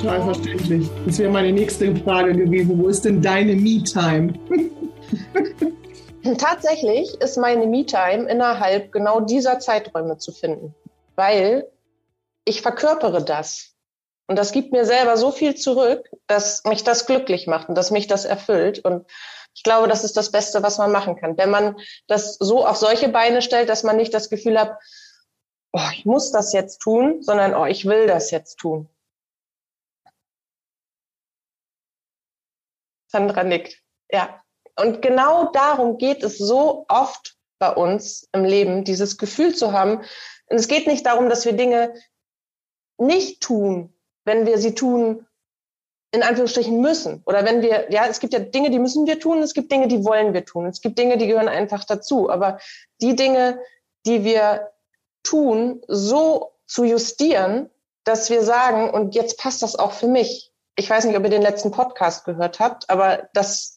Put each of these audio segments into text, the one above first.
total verständlich. Das wäre meine nächste Frage gewesen. Wo ist denn deine Me-Time? Tatsächlich ist meine Me-Time innerhalb genau dieser Zeiträume zu finden, weil ich verkörpere das. Und das gibt mir selber so viel zurück, dass mich das glücklich macht und dass mich das erfüllt. Und ich glaube, das ist das Beste, was man machen kann. Wenn man das so auf solche Beine stellt, dass man nicht das Gefühl hat, oh, ich muss das jetzt tun, sondern oh, ich will das jetzt tun. Sandra nickt. Ja. Und genau darum geht es so oft bei uns im Leben, dieses Gefühl zu haben. Und es geht nicht darum, dass wir Dinge nicht tun, wenn wir sie tun, in Anführungsstrichen müssen. Oder wenn wir, ja, es gibt ja Dinge, die müssen wir tun, es gibt Dinge, die wollen wir tun. Es gibt Dinge, die gehören einfach dazu. Aber die Dinge, die wir tun, so zu justieren, dass wir sagen, und jetzt passt das auch für mich. Ich weiß nicht, ob ihr den letzten Podcast gehört habt, aber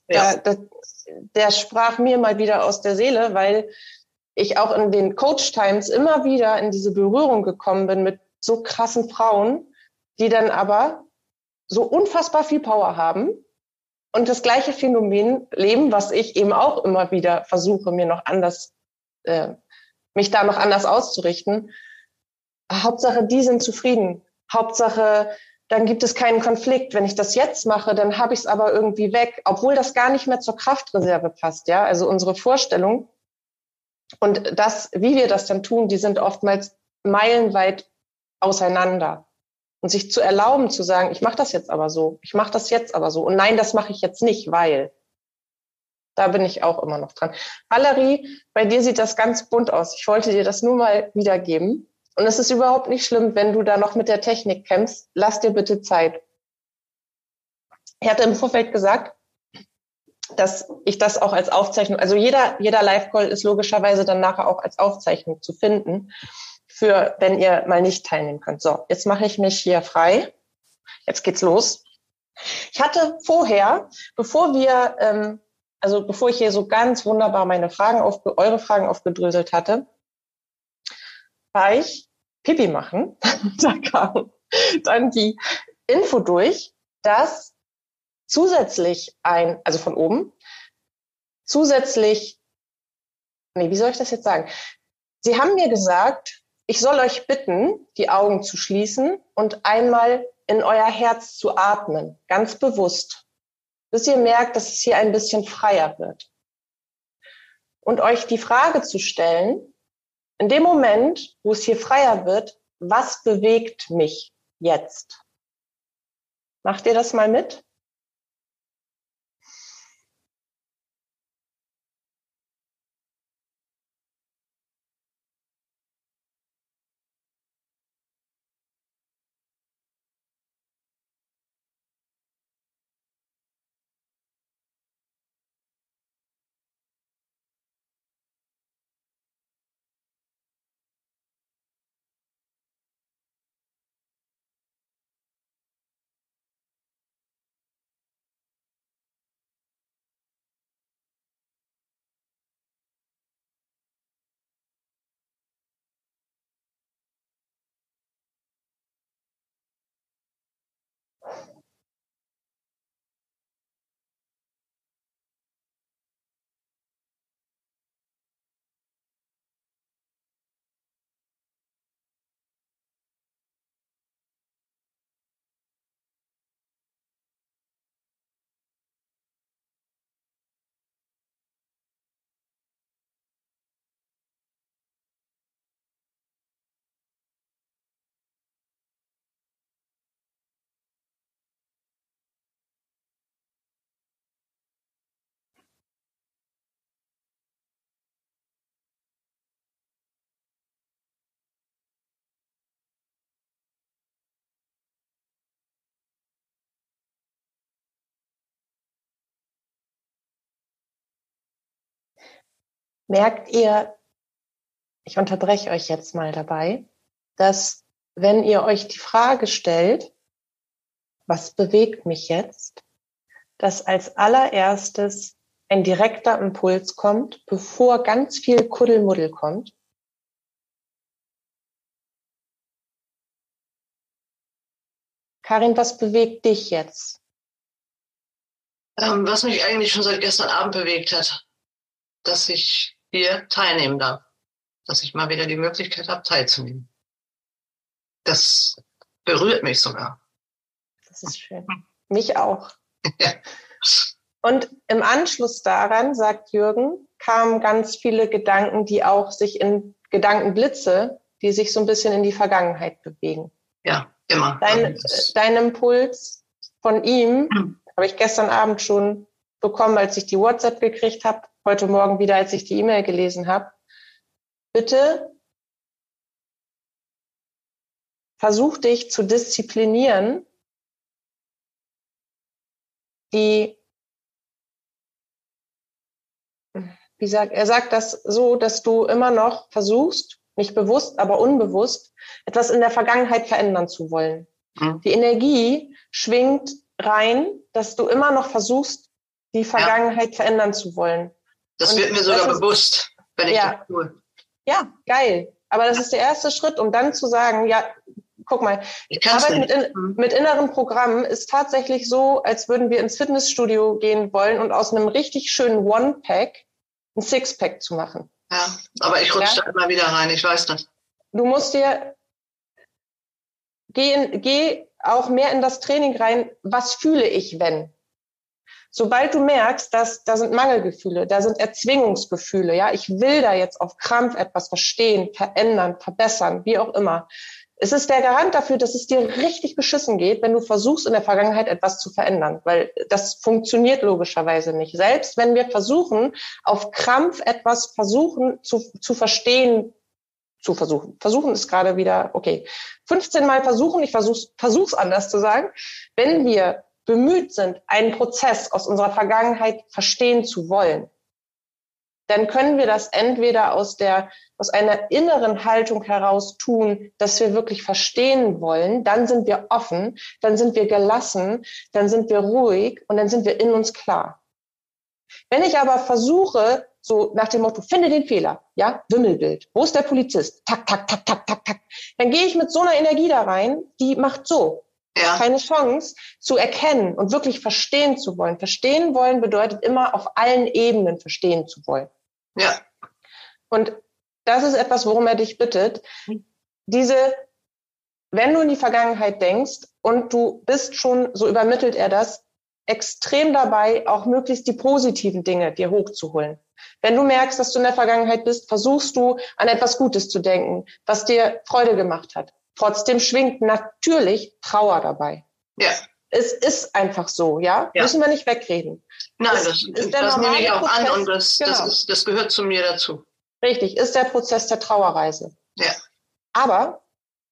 der sprach mir mal wieder aus der Seele, weil ich auch in den Coach-Times immer wieder in diese Berührung gekommen bin mit so krassen Frauen, die dann aber so unfassbar viel Power haben und das gleiche Phänomen leben, was ich eben auch immer wieder versuche, mir noch anders, mich da noch anders auszurichten. Hauptsache, die sind zufrieden. Hauptsache, dann gibt es keinen Konflikt. Wenn ich das jetzt mache, dann habe ich es aber irgendwie weg, obwohl das gar nicht mehr zur Kraftreserve passt. Ja, also unsere Vorstellung und das, wie wir das dann tun, die sind oftmals meilenweit auseinander. Und sich zu erlauben, zu sagen, ich mache das jetzt aber so, ich mache das jetzt aber so. Und nein, das mache ich jetzt nicht, weil. Da bin ich auch immer noch dran. Valerie, bei dir sieht das ganz bunt aus. Ich wollte dir das nur mal wiedergeben. Und es ist überhaupt nicht schlimm, wenn du da noch mit der Technik kämpfst. Lass dir bitte Zeit. Ich hatte im Vorfeld gesagt, dass ich das auch als Aufzeichnung, also jeder Live-Call ist logischerweise dann nachher auch als Aufzeichnung zu finden, für wenn ihr mal nicht teilnehmen könnt. So, jetzt mache ich mich hier frei. Jetzt geht's los. Ich hatte vorher, bevor ich hier so ganz wunderbar eure Fragen aufgedröselt hatte, war ich Pipi machen. Da kam dann die Info durch, dass zusätzlich von oben, wie soll ich das jetzt sagen? Sie haben mir gesagt, ich soll euch bitten, die Augen zu schließen und einmal in euer Herz zu atmen, ganz bewusst, bis ihr merkt, dass es hier ein bisschen freier wird. Und euch die Frage zu stellen, in dem Moment, wo es hier freier wird, was bewegt mich jetzt? Macht ihr das mal mit? Merkt ihr, ich unterbreche euch jetzt mal dabei, dass wenn ihr euch die Frage stellt, was bewegt mich jetzt, dass als allererstes ein direkter Impuls kommt, bevor ganz viel Kuddelmuddel kommt. Karin, was bewegt dich jetzt? Was mich eigentlich schon seit gestern Abend bewegt hat, dass ich hier teilnehmen darf. Dass ich mal wieder die Möglichkeit habe, teilzunehmen. Das berührt mich sogar. Das ist schön. Mich auch. Ja. Und im Anschluss daran, sagt Jürgen, kamen ganz viele Gedanken, die auch sich in Gedankenblitze, die sich so ein bisschen in die Vergangenheit bewegen. Ja, immer. Dein Impuls von ihm habe ich gestern Abend schon bekommen, als ich die WhatsApp gekriegt habe, heute Morgen wieder, als ich die E-Mail gelesen habe. Bitte versuch dich zu disziplinieren, er sagt das so, dass du immer noch versuchst, nicht bewusst, aber unbewusst, etwas in der Vergangenheit verändern zu wollen. Mhm. Die Energie schwingt rein, dass du immer noch versuchst, die Vergangenheit verändern zu wollen. Das wird mir sogar bewusst, wenn ich das tue. Ja, geil. Aber das ist der erste Schritt, um dann zu sagen, ja, guck mal, Arbeit mit inneren Programmen ist tatsächlich so, als würden wir ins Fitnessstudio gehen wollen und aus einem richtig schönen One-Pack ein Six-Pack zu machen. Ja, aber ich rutsche da immer wieder rein, ich weiß das. Du musst geh auch mehr in das Training rein, was fühle ich, wenn? Sobald du merkst, dass da sind Mangelgefühle, da sind Erzwingungsgefühle, ja, ich will da jetzt auf Krampf etwas verstehen, verändern, verbessern, wie auch immer. Es ist der Garant dafür, dass es dir richtig beschissen geht, wenn du versuchst, in der Vergangenheit etwas zu verändern, weil das funktioniert logischerweise nicht. Selbst wenn wir versuchen, auf Krampf etwas zu verstehen, Versuchen ist gerade wieder, okay, 15 Mal versuchen, ich versuch's anders zu sagen. Wenn wir bemüht sind, einen Prozess aus unserer Vergangenheit verstehen zu wollen, dann können wir das entweder aus einer inneren Haltung heraus tun, dass wir wirklich verstehen wollen, dann sind wir offen, dann sind wir gelassen, dann sind wir ruhig und dann sind wir in uns klar. Wenn ich aber versuche, so nach dem Motto, finde den Fehler, ja, Wimmelbild, wo ist der Polizist? Tak, tak, tak, tak, tak, tak. Dann gehe ich mit so einer Energie da rein, die macht so. Ja. Keine Chance zu erkennen und wirklich verstehen zu wollen. Verstehen wollen bedeutet immer auf allen Ebenen verstehen zu wollen. Ja. Und das ist etwas, worum er dich bittet. Wenn du in die Vergangenheit denkst und du bist schon, so übermittelt er das, extrem dabei, auch möglichst die positiven Dinge dir hochzuholen. Wenn du merkst, dass du in der Vergangenheit bist, versuchst du an etwas Gutes zu denken, was dir Freude gemacht hat. Trotzdem schwingt natürlich Trauer dabei. Ja. Es ist einfach so, ja? Müssen wir nicht wegreden. Nein, das nehme ich auch an und das gehört zu mir dazu. Richtig, ist der Prozess der Trauerreise. Ja. Aber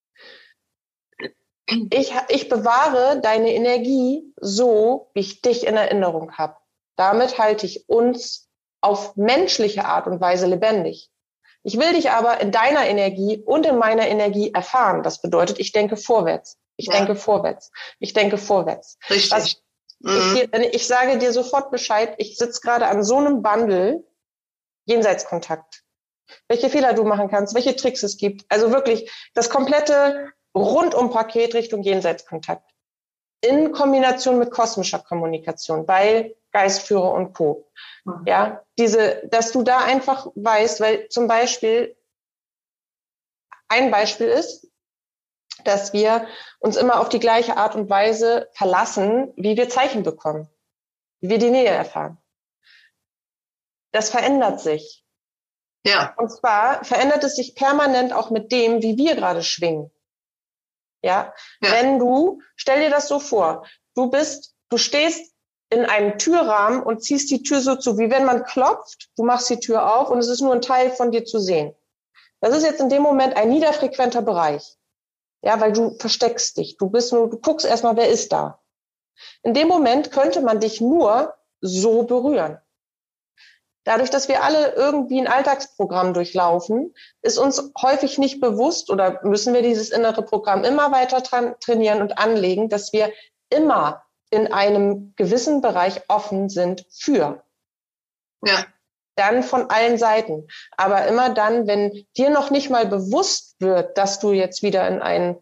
ich bewahre deine Energie so, wie ich dich in Erinnerung habe. Damit halte ich uns auf menschliche Art und Weise lebendig. Ich will dich aber in deiner Energie und in meiner Energie erfahren. Das bedeutet, ich denke vorwärts. Ich denke vorwärts. Ich denke vorwärts. Richtig. Ich sage dir sofort Bescheid, ich sitze gerade an so einem Bundle Jenseitskontakt. Welche Fehler du machen kannst, welche Tricks es gibt. Also wirklich das komplette Rundum-Paket Richtung Jenseitskontakt. In Kombination mit kosmischer Kommunikation bei Geistführer und Co. Ja, dass du da einfach weißt, weil zum Beispiel ein Beispiel ist, dass wir uns immer auf die gleiche Art und Weise verlassen, wie wir Zeichen bekommen, wie wir die Nähe erfahren. Das verändert sich. Ja. Und zwar verändert es sich permanent auch mit dem, wie wir gerade schwingen. Ja. Wenn stell dir das so vor, du stehst in einem Türrahmen und ziehst die Tür so zu, wie wenn man klopft, du machst die Tür auf und es ist nur ein Teil von dir zu sehen. Das ist jetzt in dem Moment ein niederfrequenter Bereich. Ja, weil du versteckst dich. Du guckst erstmal, wer ist da. In dem Moment könnte man dich nur so berühren. Dadurch, dass wir alle irgendwie ein Alltagsprogramm durchlaufen, ist uns häufig nicht bewusst oder müssen wir dieses innere Programm immer weiter trainieren und anlegen, dass wir immer in einem gewissen Bereich offen sind für. Ja. Dann von allen Seiten. Aber immer dann, wenn dir noch nicht mal bewusst wird, dass du jetzt wieder in ein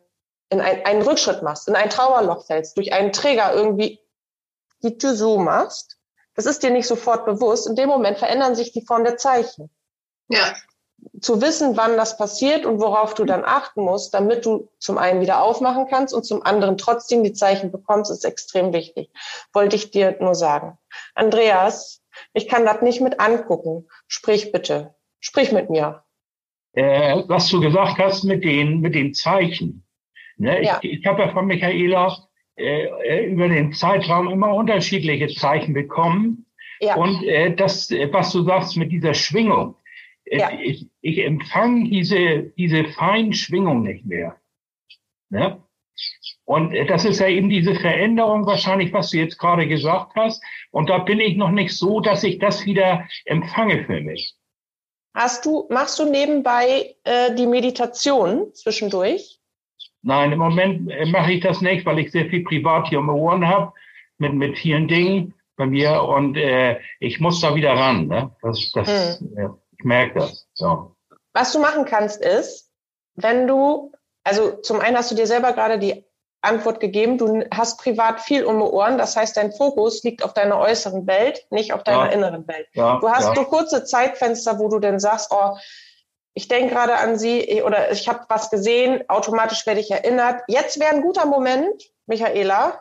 in einen Rückschritt machst, in ein Trauerloch fällst, durch einen Trigger irgendwie die Tür so machst, das ist dir nicht sofort bewusst. In dem Moment verändern sich die Form der Zeichen. Ja. Zu wissen, wann das passiert und worauf du dann achten musst, damit du zum einen wieder aufmachen kannst und zum anderen trotzdem die Zeichen bekommst, ist extrem wichtig. Wollte ich dir nur sagen. Andreas, ich kann das nicht mit angucken. Sprich bitte. Sprich mit mir. Was du gesagt hast mit den Zeichen. Ne? Ja. Ich habe ja von Michaela über den Zeitraum immer unterschiedliche Zeichen bekommen. Ja. Und das, was du sagst mit dieser Schwingung, Ja. ich empfange diese feinen Schwingung nicht mehr. Ne? Und das ist ja eben diese Veränderung wahrscheinlich, was du jetzt gerade gesagt hast. Und da bin ich noch nicht so, dass ich das wieder empfange für mich. Machst du nebenbei die Meditation zwischendurch? Nein, im Moment mache ich das nicht, weil ich sehr viel privat hier um die Ohren habe, mit vielen Dingen bei mir. Und ich muss da wieder ran. Ne? Ich merke das. So. Was du machen kannst ist, also zum einen hast du dir selber gerade die Antwort gegeben, du hast privat viel um die Ohren, das heißt, dein Fokus liegt auf deiner äußeren Welt, nicht auf deiner inneren Welt. Ja, du hast so kurze Zeitfenster, wo du dann sagst, oh, ich denke gerade an sie oder ich habe was gesehen, automatisch werde ich erinnert. Jetzt wäre ein guter Moment, Michaela,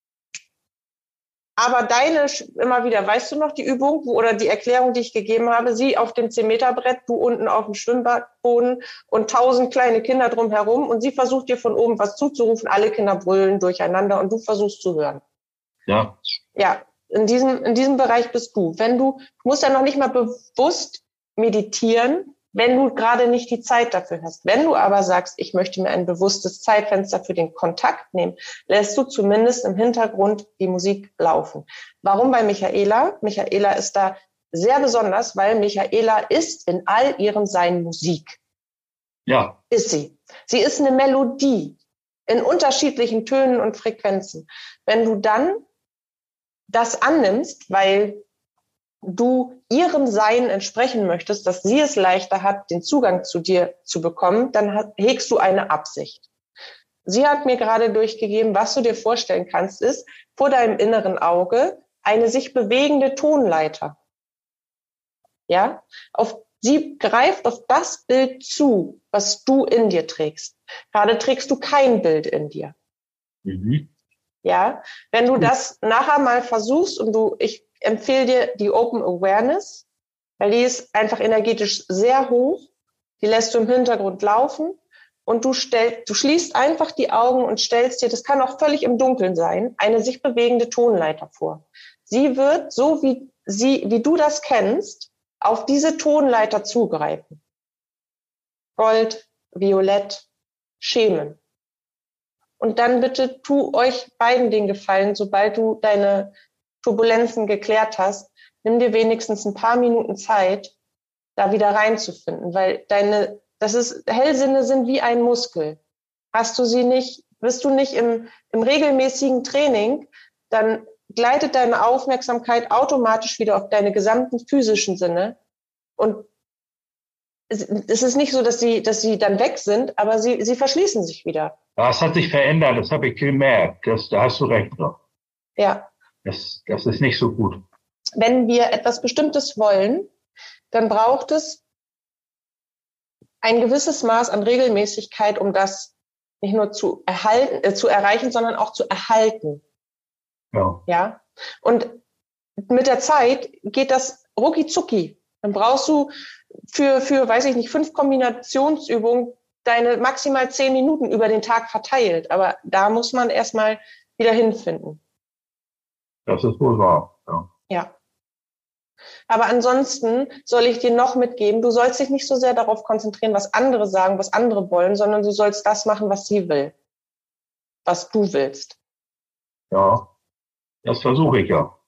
aber immer wieder, weißt du noch die Übung oder die Erklärung, die ich gegeben habe, sie auf dem 10-Meter-Brett, du unten auf dem Schwimmbadboden und 1000 kleine Kinder drumherum und sie versucht dir von oben was zuzurufen, alle Kinder brüllen durcheinander und du versuchst zu hören. Ja. Ja, in diesem Bereich bist du. Du musst ja noch nicht mal bewusst meditieren, wenn du gerade nicht die Zeit dafür hast. Wenn du aber sagst, ich möchte mir ein bewusstes Zeitfenster für den Kontakt nehmen, lässt du zumindest im Hintergrund die Musik laufen. Warum bei Michaela? Michaela ist da sehr besonders, weil Michaela ist in all ihrem Sein Musik. Ja. Ist sie. Sie ist eine Melodie in unterschiedlichen Tönen und Frequenzen. Wenn du dann das annimmst, weil du ihrem Sein entsprechen möchtest, dass sie es leichter hat, den Zugang zu dir zu bekommen, dann hegst du eine Absicht. Sie hat mir gerade durchgegeben, was du dir vorstellen kannst, ist vor deinem inneren Auge eine sich bewegende Tonleiter. Ja? Sie greift auf das Bild zu, was du in dir trägst. Gerade trägst du kein Bild in dir. Mhm. Ja? Wenn du das nachher mal versuchst ich empfehle dir die Open Awareness, weil die ist einfach energetisch sehr hoch. Die lässt du im Hintergrund laufen und du schließt einfach die Augen und stellst dir, das kann auch völlig im Dunkeln sein, eine sich bewegende Tonleiter vor. Sie wird, so wie du das kennst, auf diese Tonleiter zugreifen. Gold, Violett, Schemen. Und dann bitte tu euch beiden den Gefallen, sobald du deine Turbulenzen geklärt hast, nimm dir wenigstens ein paar Minuten Zeit, da wieder reinzufinden, weil Hellsinne sind wie ein Muskel. Hast du sie nicht, bist du nicht im regelmäßigen Training, dann gleitet deine Aufmerksamkeit automatisch wieder auf deine gesamten physischen Sinne und es ist nicht so, dass sie dann weg sind, aber sie verschließen sich wieder. Das hat sich verändert, das habe ich gemerkt. Da hast du recht noch. Ja. Das ist nicht so gut. Wenn wir etwas Bestimmtes wollen, dann braucht es ein gewisses Maß an Regelmäßigkeit, um das nicht nur zu erreichen, sondern auch zu erhalten. Ja. Ja. Und mit der Zeit geht das rucki zucki. Dann brauchst du für, weiß ich nicht, 5 Kombinationsübungen deine maximal 10 Minuten über den Tag verteilt. Aber da muss man erstmal wieder hinfinden. Das ist wohl wahr. Ja. Ja. Aber ansonsten soll ich dir noch mitgeben, du sollst dich nicht so sehr darauf konzentrieren, was andere sagen, was andere wollen, sondern du sollst das machen, was sie will. Was du willst. Ja, das versuche ich ja.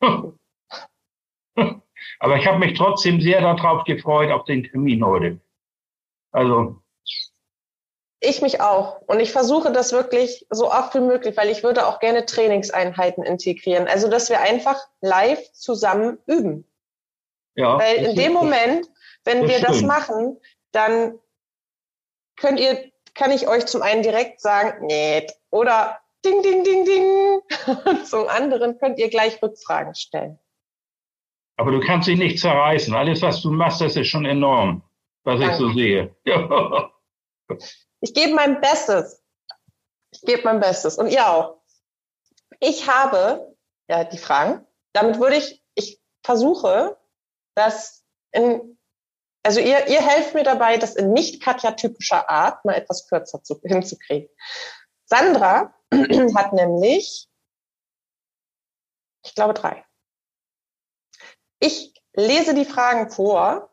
Aber ich habe mich trotzdem sehr darauf gefreut, auf den Termin heute. Also. Ich mich auch. Und ich versuche das wirklich so oft wie möglich, weil ich würde auch gerne Trainingseinheiten integrieren. Also, dass wir einfach live zusammen üben. Ja. Weil in dem Moment, wenn wir das machen, dann könnt ihr kann ich euch zum einen direkt sagen, nee, oder ding, ding, ding, ding. Und zum anderen könnt ihr gleich Rückfragen stellen. Aber du kannst dich nicht zerreißen. Alles, was du machst, das ist schon enorm, was Danke. ich so sehe. Ich gebe mein Bestes. Und ihr auch. Ich habe, die Fragen. Damit ich versuche, dass also ihr helft mir dabei, das in nicht Katja-typischer Art mal etwas kürzer hinzukriegen. Sandra hat nämlich, ich glaube 3. Ich lese die Fragen vor,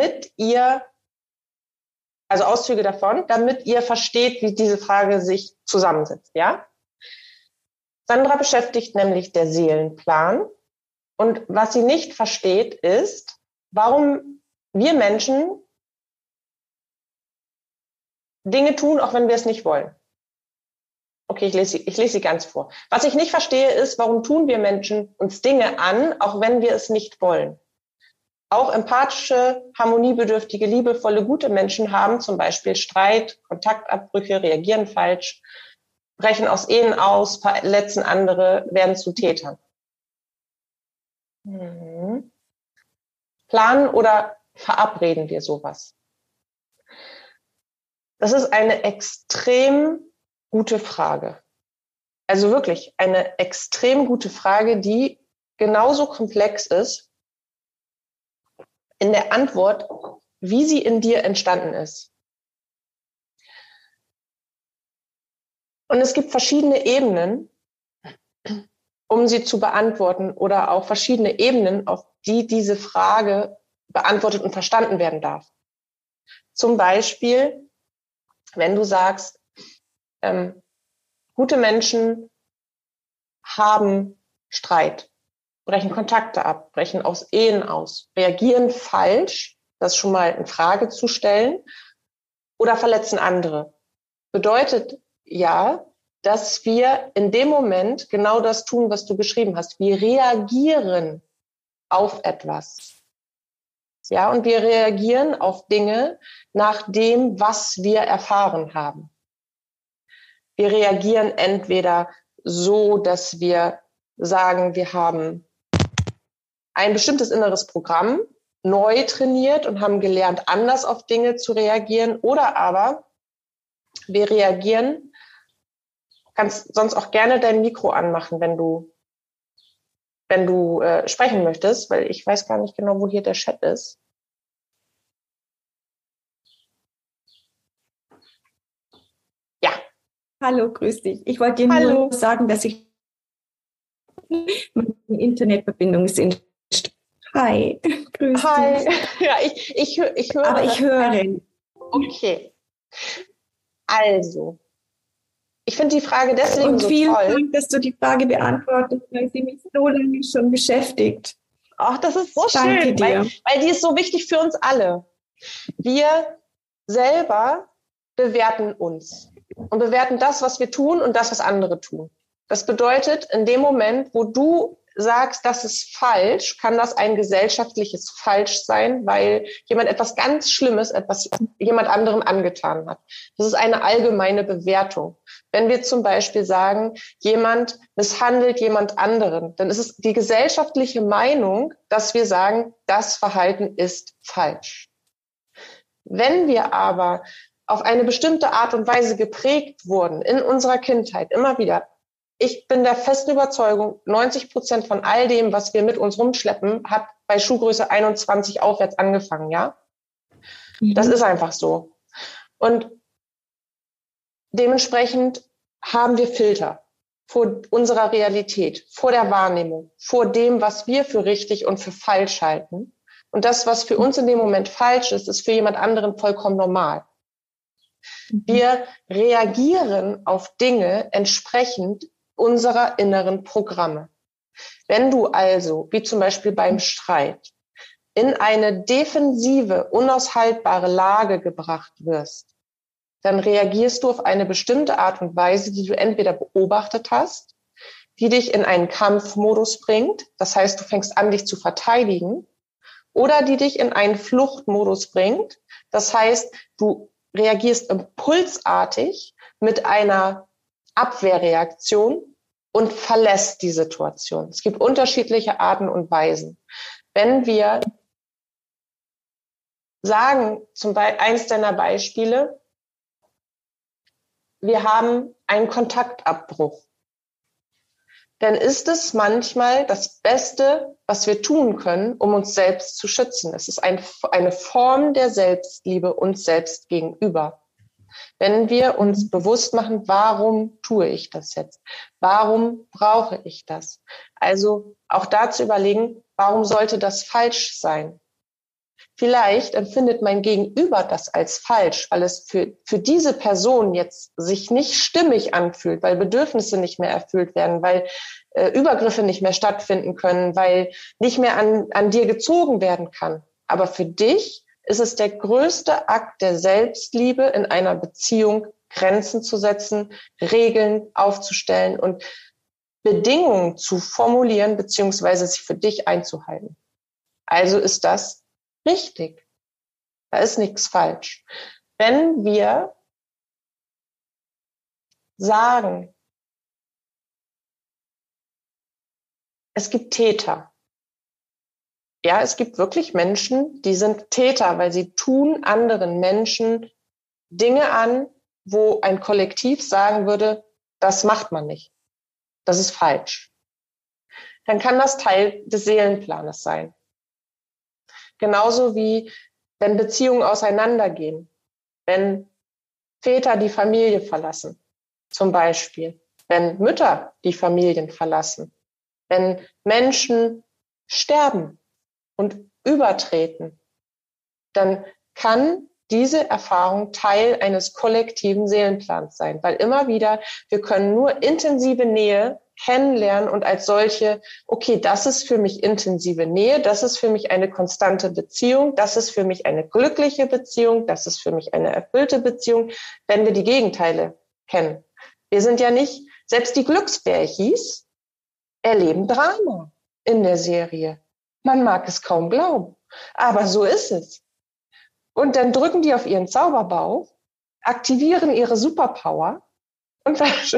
also Auszüge davon, damit ihr versteht, wie diese Frage sich zusammensetzt, ja? Sandra beschäftigt nämlich der Seelenplan. Und was sie nicht versteht, ist, warum wir Menschen Dinge tun, auch wenn wir es nicht wollen. Okay, ich lese sie ganz vor. Was ich nicht verstehe, ist, warum tun wir Menschen uns Dinge an, auch wenn wir es nicht wollen. Auch empathische, harmoniebedürftige, liebevolle, gute Menschen haben zum Beispiel Streit, Kontaktabbrüche, reagieren falsch, brechen aus Ehen aus, verletzen andere, werden zu Tätern. Planen oder verabreden wir sowas? Das ist eine extrem gute Frage. Also wirklich eine extrem gute Frage, die genauso komplex ist in der Antwort, wie sie in dir entstanden ist. Und es gibt verschiedene Ebenen, um sie zu beantworten, oder auch verschiedene Ebenen, auf die diese Frage beantwortet und verstanden werden darf. Zum Beispiel, wenn du sagst, gute Menschen haben Streit, brechen Kontakte ab, brechen aus Ehen aus, reagieren falsch, das schon mal in Frage zu stellen, oder verletzen andere. Bedeutet ja, dass wir in dem Moment genau das tun, was du beschrieben hast. Wir reagieren auf etwas. Ja, und wir reagieren auf Dinge nach dem, was wir erfahren haben. Wir reagieren entweder so, dass wir sagen, wir haben ein bestimmtes inneres Programm neu trainiert und haben gelernt, anders auf Dinge zu reagieren, oder aber wir reagieren. Kannst sonst auch gerne dein Mikro anmachen, wenn du sprechen möchtest, weil ich weiß gar nicht genau, wo hier der Chat ist. Ja. Hallo, grüß dich. Ich wollte dir nur sagen, dass ich meine Internetverbindung ist in Hi, grüß dich. Hi. Ja, ich höre. Aber ich höre. Okay. Also, ich finde die Frage deswegen so vielen toll. Dank, dass du die Frage beantwortest, weil sie mich so lange schon beschäftigt. Ach, das ist so Danke schön, dir. weil die ist so wichtig für uns alle. Wir selber bewerten uns und bewerten das, was wir tun und das, was andere tun. Das bedeutet, in dem Moment, wo du sagst, das ist falsch, kann das ein gesellschaftliches Falsch sein, weil jemand etwas ganz Schlimmes, etwas jemand anderem angetan hat. Das ist eine allgemeine Bewertung. Wenn wir zum Beispiel sagen, jemand misshandelt jemand anderen, dann ist es die gesellschaftliche Meinung, dass wir sagen, das Verhalten ist falsch. Wenn wir aber auf eine bestimmte Art und Weise geprägt wurden, in unserer Kindheit immer wieder, ich bin der festen Überzeugung, 90% von all dem, was wir mit uns rumschleppen, hat bei Schuhgröße 21 aufwärts angefangen, ja? Das ist einfach so. Und dementsprechend haben wir Filter vor unserer Realität, vor der Wahrnehmung, vor dem, was wir für richtig und für falsch halten. Und das, was für uns in dem Moment falsch ist, ist für jemand anderen vollkommen normal. Wir reagieren auf Dinge entsprechend unserer inneren Programme. Wenn du also, wie zum Beispiel beim Streit, in eine defensive, unaushaltbare Lage gebracht wirst, dann reagierst du auf eine bestimmte Art und Weise, die du entweder beobachtet hast, die dich in einen Kampfmodus bringt, das heißt, du fängst an, dich zu verteidigen, oder die dich in einen Fluchtmodus bringt, das heißt, du reagierst impulsartig mit einer Abwehrreaktion und verlässt die Situation. Es gibt unterschiedliche Arten und Weisen. Wenn wir sagen, zum Beispiel eins deiner Beispiele, wir haben einen Kontaktabbruch, dann ist es manchmal das Beste, was wir tun können, um uns selbst zu schützen. Es ist eine Form der Selbstliebe uns selbst gegenüber. Wenn wir uns bewusst machen, warum tue ich das jetzt? Warum brauche ich das? Also auch da zu überlegen, warum sollte das falsch sein? Vielleicht empfindet mein Gegenüber das als falsch, weil es für diese Person jetzt sich nicht stimmig anfühlt, weil Bedürfnisse nicht mehr erfüllt werden, weil Übergriffe nicht mehr stattfinden können, weil nicht mehr an dir gezogen werden kann. Aber für dich ist es der größte Akt der Selbstliebe, in einer Beziehung Grenzen zu setzen, Regeln aufzustellen und Bedingungen zu formulieren, beziehungsweise sich für dich einzuhalten. Also ist das richtig. Da ist nichts falsch. Wenn wir sagen, es gibt Täter. Ja, es gibt wirklich Menschen, die sind Täter, weil sie tun anderen Menschen Dinge an, wo ein Kollektiv sagen würde, das macht man nicht. Das ist falsch. Dann kann das Teil des Seelenplanes sein. Genauso wie, wenn Beziehungen auseinandergehen, wenn Väter die Familie verlassen, zum Beispiel, wenn Mütter die Familien verlassen, wenn Menschen sterben und übertreten, dann kann diese Erfahrung Teil eines kollektiven Seelenplans sein, weil immer wieder, wir können nur intensive Nähe kennenlernen und als solche, okay, das ist für mich intensive Nähe, das ist für mich eine konstante Beziehung, das ist für mich eine glückliche Beziehung, das ist für mich eine erfüllte Beziehung, wenn wir die Gegenteile kennen. Wir sind ja nicht, selbst die Glücksbärchis erleben Drama in der Serie. Man mag es kaum glauben, aber so ist es. Und dann drücken die auf ihren Zauberbauch, aktivieren ihre Superpower und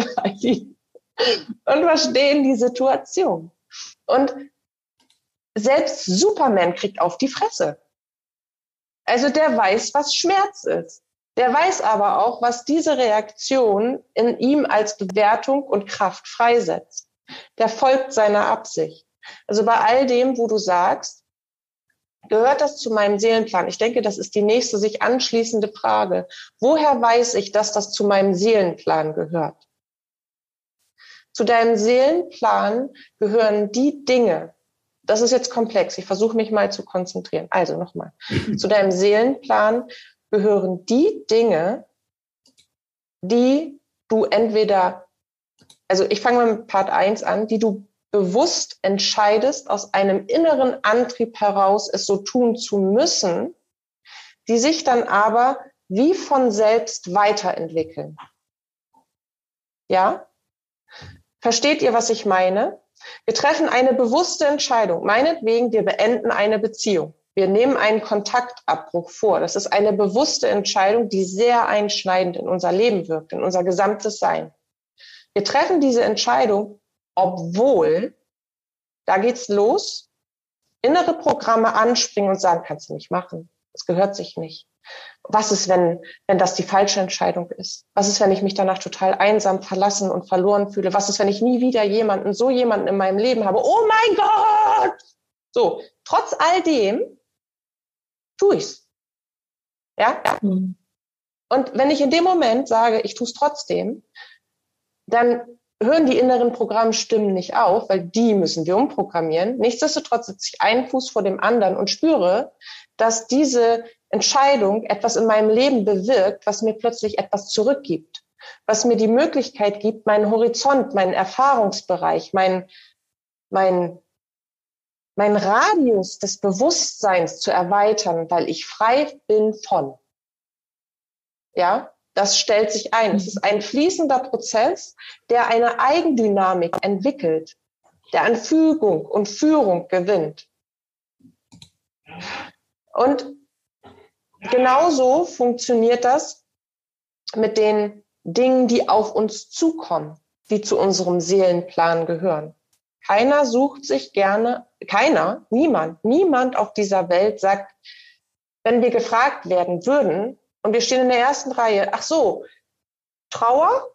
verstehen die Situation. Und selbst Superman kriegt auf die Fresse. Also der weiß, was Schmerz ist. Der weiß aber auch, was diese Reaktion in ihm als Bewertung und Kraft freisetzt. Der folgt seiner Absicht. Also bei all dem, wo du sagst, gehört das zu meinem Seelenplan? Ich denke, das ist die nächste sich anschließende Frage. Woher weiß ich, dass das zu meinem Seelenplan gehört? Zu deinem Seelenplan gehören die Dinge, das ist jetzt komplex, ich versuche mich mal zu konzentrieren. Also nochmal, zu deinem Seelenplan gehören die Dinge, die du entweder, also ich fange mal mit Part 1 an, die du bewusst entscheidest, aus einem inneren Antrieb heraus es so tun zu müssen, die sich dann aber wie von selbst weiterentwickeln. Ja? Versteht ihr, was ich meine? Wir treffen eine bewusste Entscheidung. Meinetwegen, wir beenden eine Beziehung. Wir nehmen einen Kontaktabbruch vor. Das ist eine bewusste Entscheidung, die sehr einschneidend in unser Leben wirkt, in unser gesamtes Sein. Wir treffen diese Entscheidung, obwohl, da geht's los, innere Programme anspringen und sagen, kannst du nicht machen. Das gehört sich nicht. Was ist, wenn das die falsche Entscheidung ist? Was ist, wenn ich mich danach total einsam, verlassen und verloren fühle? Was ist, wenn ich nie wieder so jemanden in meinem Leben habe? Oh mein Gott! So, trotz all dem tue ich's. Ja? Und wenn ich in dem Moment sage, ich tue es trotzdem, dann hören die inneren Programmstimmen nicht auf, weil die müssen wir umprogrammieren. Nichtsdestotrotz sitze ich einen Fuß vor dem anderen und spüre, dass diese Entscheidung etwas in meinem Leben bewirkt, was mir plötzlich etwas zurückgibt, was mir die Möglichkeit gibt, meinen Horizont, meinen Erfahrungsbereich, mein Radius des Bewusstseins zu erweitern, weil ich frei bin von. Ja, das stellt sich ein. Es ist ein fließender Prozess, der eine Eigendynamik entwickelt, der an Fügung und Führung gewinnt. Und genauso funktioniert das mit den Dingen, die auf uns zukommen, die zu unserem Seelenplan gehören. Keiner sucht sich gerne, niemand auf dieser Welt sagt, wenn wir gefragt werden würden und wir stehen in der ersten Reihe, ach so, Trauer?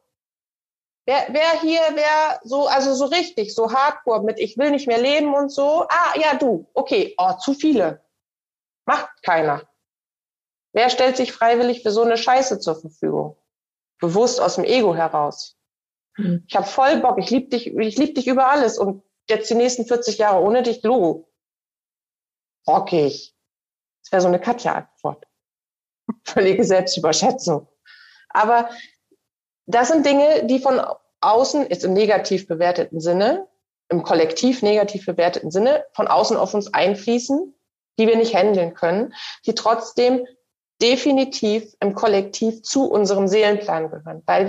Wer so, also so richtig, so hardcore mit ich will nicht mehr leben und so, ja du, okay, zu viele. Macht keiner. Wer stellt sich freiwillig für so eine Scheiße zur Verfügung? Bewusst aus dem Ego heraus. Ich habe voll Bock, ich lieb dich über alles und jetzt die nächsten 40 Jahre ohne dich, Logo. Rockig. Das wäre so eine Katja-Antwort. Völlige Selbstüberschätzung. Aber das sind Dinge, die von außen, jetzt im negativ bewerteten Sinne, im kollektiv negativ bewerteten Sinne, von außen auf uns einfließen, die wir nicht handeln können, die trotzdem definitiv im Kollektiv zu unserem Seelenplan gehören, weil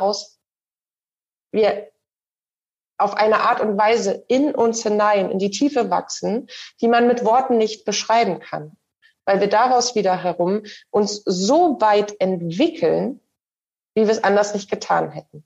wir auf eine Art und Weise in uns hinein, in die Tiefe wachsen, die man mit Worten nicht beschreiben kann. Weil wir daraus wieder herum uns so weit entwickeln, wie wir es anders nicht getan hätten.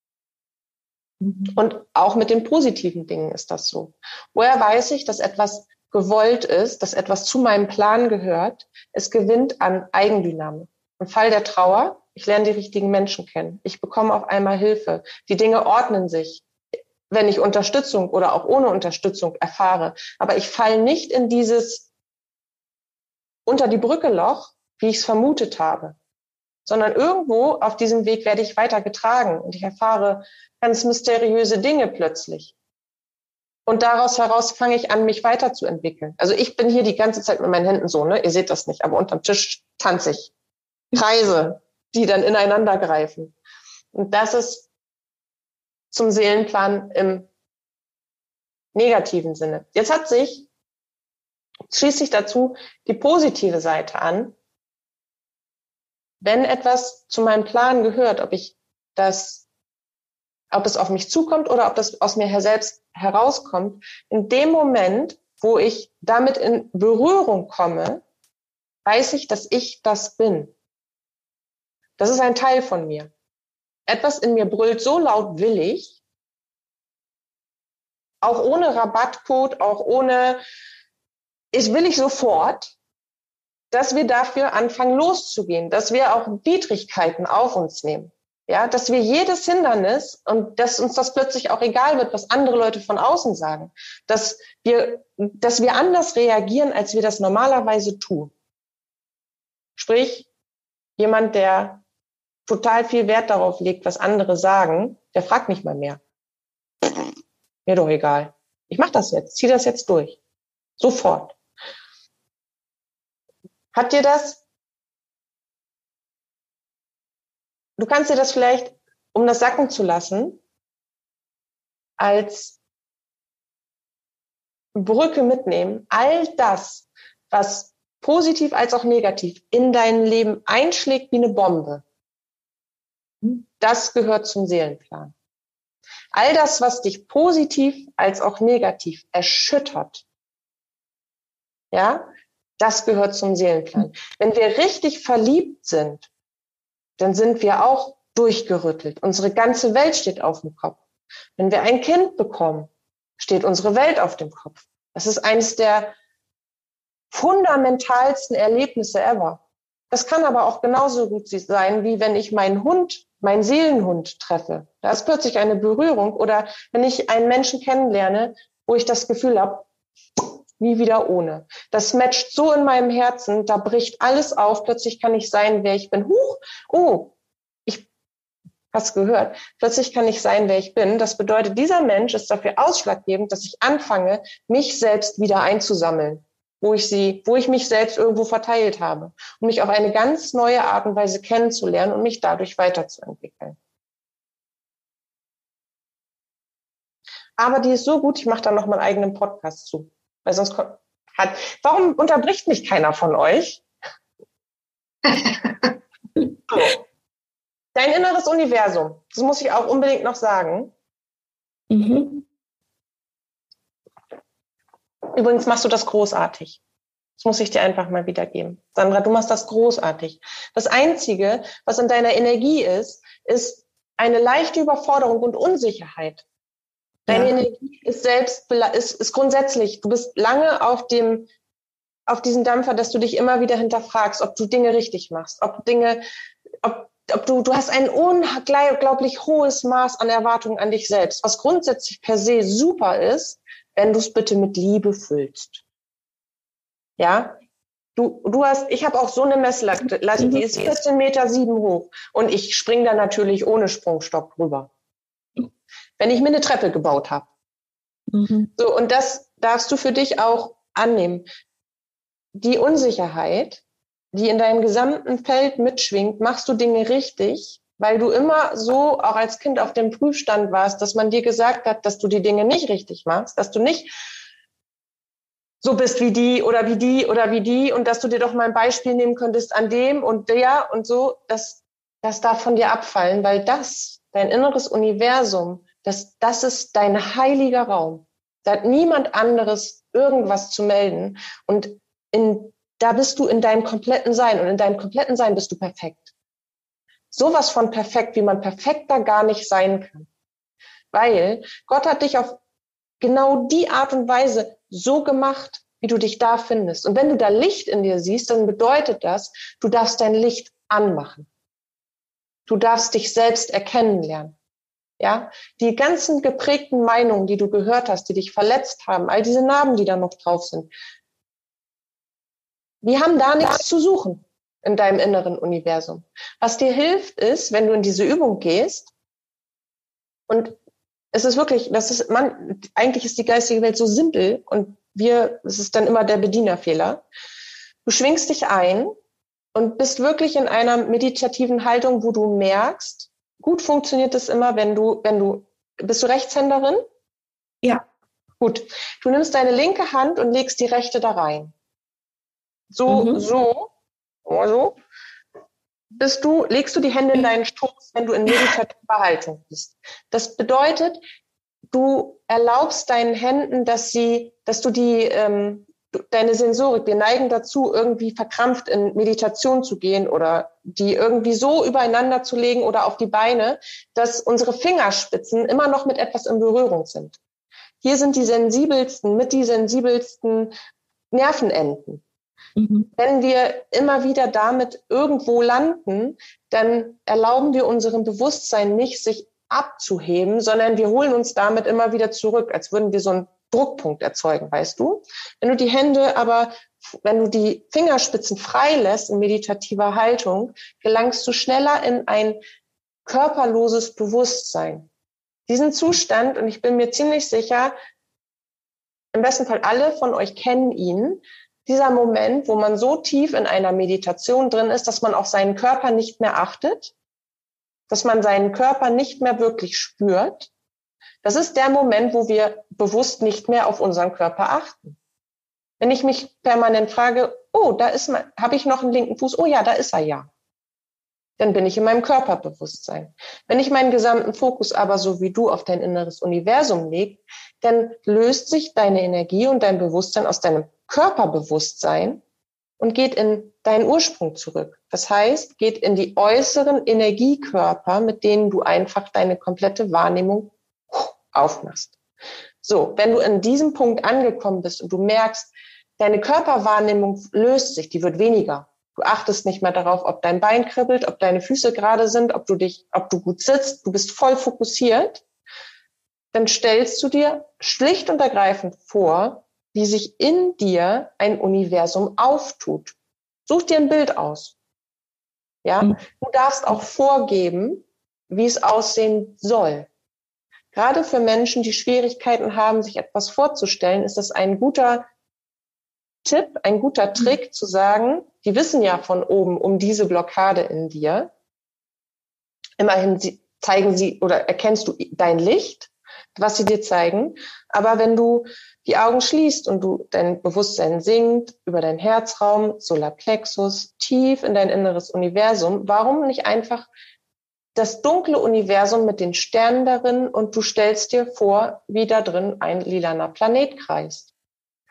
Und auch mit den positiven Dingen ist das so. Woher weiß ich, dass etwas gewollt ist, dass etwas zu meinem Plan gehört? Es gewinnt an Eigendynamik. Im Fall der Trauer, ich lerne die richtigen Menschen kennen. Ich bekomme auf einmal Hilfe. Die Dinge ordnen sich, wenn ich Unterstützung oder auch ohne Unterstützung erfahre. Aber ich falle nicht in dieses unter die Brücke Loch, wie ich es vermutet habe, sondern irgendwo auf diesem Weg werde ich weiter getragen und ich erfahre ganz mysteriöse Dinge plötzlich. Und daraus heraus fange ich an, mich weiterzuentwickeln. Also ich bin hier die ganze Zeit mit meinen Händen so, ne? Ihr seht das nicht, aber unterm Tisch tanze ich. Kreise, die dann ineinander greifen. Und das ist zum Seelenplan im negativen Sinne. Jetzt schließt sich dazu die positive Seite an. Wenn etwas zu meinem Plan gehört, ob es auf mich zukommt oder ob das aus mir selbst herauskommt, in dem Moment, wo ich damit in Berührung komme, weiß ich, dass ich das bin. Das ist ein Teil von mir. Etwas in mir brüllt so laut willig, auch ohne Rabattcode, auch ohne will ich sofort, dass wir dafür anfangen loszugehen, dass wir auch Widrigkeiten auf uns nehmen. Ja, dass wir jedes Hindernis und dass uns das plötzlich auch egal wird, was andere Leute von außen sagen, dass wir anders reagieren, als wir das normalerweise tun. Sprich, jemand, der total viel Wert darauf legt, was andere sagen, der fragt nicht mal mehr. Mir doch egal. Ich mache das jetzt, ziehe das jetzt durch. Sofort. Hat dir das? Du kannst dir das vielleicht, um das sacken zu lassen, als Brücke mitnehmen. All das, was positiv als auch negativ in dein Leben einschlägt wie eine Bombe, das gehört zum Seelenplan. All das, was dich positiv als auch negativ erschüttert, ja, das gehört zum Seelenplan. Wenn wir richtig verliebt sind, dann sind wir auch durchgerüttelt. Unsere ganze Welt steht auf dem Kopf. Wenn wir ein Kind bekommen, steht unsere Welt auf dem Kopf. Das ist eines der fundamentalsten Erlebnisse ever. Das kann aber auch genauso gut sein, wie wenn ich meinen Seelenhund treffe. Da ist plötzlich eine Berührung. Oder wenn ich einen Menschen kennenlerne, wo ich das Gefühl habe, nie wieder ohne. Das matcht so in meinem Herzen, da bricht alles auf. Plötzlich kann ich sein, wer ich bin. Hast gehört. Plötzlich kann ich sein, wer ich bin. Das bedeutet, dieser Mensch ist dafür ausschlaggebend, dass ich anfange, mich selbst wieder einzusammeln, wo ich mich selbst irgendwo verteilt habe, um mich auf eine ganz neue Art und Weise kennenzulernen und mich dadurch weiterzuentwickeln. Aber die ist so gut, ich mache da noch meinen eigenen Podcast zu. Weil sonst warum unterbricht mich keiner von euch? So. Dein inneres Universum, das muss ich auch unbedingt noch sagen. Mhm. Übrigens machst du das großartig. Das muss ich dir einfach mal wiedergeben. Sandra, du machst das großartig. Das Einzige, was in deiner Energie ist eine leichte Überforderung und Unsicherheit. Deine Energie ist grundsätzlich, du bist lange auf diesem Dampfer, dass du dich immer wieder hinterfragst, ob du Dinge richtig machst, ob du hast ein unglaublich hohes Maß an Erwartungen an dich selbst, was grundsätzlich per se super ist, wenn du es bitte mit Liebe füllst. Ja? Ich habe auch so eine Messlatte, die ist 14,7 Meter hoch und ich springe da natürlich ohne Sprungstock rüber. Wenn ich mir eine Treppe gebaut habe. So, und das darfst du für dich auch annehmen. Die Unsicherheit, die in deinem gesamten Feld mitschwingt, machst du Dinge richtig, weil du immer so auch als Kind auf dem Prüfstand warst, dass man dir gesagt hat, dass du die Dinge nicht richtig machst, dass du nicht so bist wie die oder wie die oder wie die und dass du dir doch mal ein Beispiel nehmen könntest an dem und der und so, das darf von dir abfallen, weil dein inneres Universum, das ist dein heiliger Raum. Da hat niemand anderes irgendwas zu melden und da bist du in deinem kompletten Sein und in deinem kompletten Sein bist du perfekt. Sowas von perfekt, wie man perfekter gar nicht sein kann. Weil Gott hat dich auf genau die Art und Weise so gemacht, wie du dich da findest. Und wenn du da Licht in dir siehst, dann bedeutet das, du darfst dein Licht anmachen. Du darfst dich selbst erkennen lernen. Ja, die ganzen geprägten Meinungen, die du gehört hast, die dich verletzt haben, all diese Narben, die da noch drauf sind, die haben da nichts zu suchen in deinem inneren Universum. Was dir hilft, ist, wenn du in diese Übung gehst, und es ist wirklich, eigentlich ist die geistige Welt so simpel und es ist dann immer der Bedienerfehler. Du schwingst dich ein und bist wirklich in einer meditativen Haltung, wo du merkst, gut funktioniert es immer, bist du Rechtshänderin? Ja. Gut. Du nimmst deine linke Hand und legst die rechte da rein. So. Legst du die Hände in deinen Schoß, wenn du in meditativer Haltung bist. Das bedeutet, du erlaubst deinen Händen, deine Sensorik, wir neigen dazu, irgendwie verkrampft in Meditation zu gehen oder die irgendwie so übereinander zu legen oder auf die Beine, dass unsere Fingerspitzen immer noch mit etwas in Berührung sind. Hier sind die sensibelsten Nervenenden. Wenn wir immer wieder damit irgendwo landen, dann erlauben wir unserem Bewusstsein nicht, sich abzuheben, sondern wir holen uns damit immer wieder zurück, als würden wir so einen Druckpunkt erzeugen, weißt du? Wenn du die Fingerspitzen frei lässt in meditativer Haltung, gelangst du schneller in ein körperloses Bewusstsein. Diesen Zustand, und ich bin mir ziemlich sicher, im besten Fall alle von euch kennen ihn, dieser Moment, wo man so tief in einer Meditation drin ist, dass man auch seinen Körper nicht mehr achtet, dass man seinen Körper nicht mehr wirklich spürt. Das ist der Moment, wo wir bewusst nicht mehr auf unseren Körper achten. Wenn ich mich permanent frage, habe ich noch einen linken Fuß? Oh ja, da ist er ja. Dann bin ich in meinem Körperbewusstsein. Wenn ich meinen gesamten Fokus aber so wie du auf dein inneres Universum lege, dann löst sich deine Energie und dein Bewusstsein aus deinem Körperbewusstsein und geht in deinen Ursprung zurück. Das heißt, geht in die äußeren Energiekörper, mit denen du einfach deine komplette Wahrnehmung aufmachst. So, wenn du an diesem Punkt angekommen bist und du merkst, deine Körperwahrnehmung löst sich, die wird weniger. Du achtest nicht mehr darauf, ob dein Bein kribbelt, ob deine Füße gerade sind, ob du gut sitzt, du bist voll fokussiert, dann stellst du dir schlicht und ergreifend vor, wie sich in dir ein Universum auftut. Such dir ein Bild aus. Ja, du darfst auch vorgeben, wie es aussehen soll. Gerade für Menschen, die Schwierigkeiten haben, sich etwas vorzustellen, ist das ein guter Tipp, ein guter Trick zu sagen, die wissen ja von oben um diese Blockade in dir. Immerhin erkennst du dein Licht, was sie dir zeigen. Aber wenn du die Augen schließt und du dein Bewusstsein sinkt über deinen Herzraum, Solarplexus, tief in dein inneres Universum, warum nicht einfach das dunkle Universum mit den Sternen darin und du stellst dir vor, wie da drin ein lilaner Planet kreist.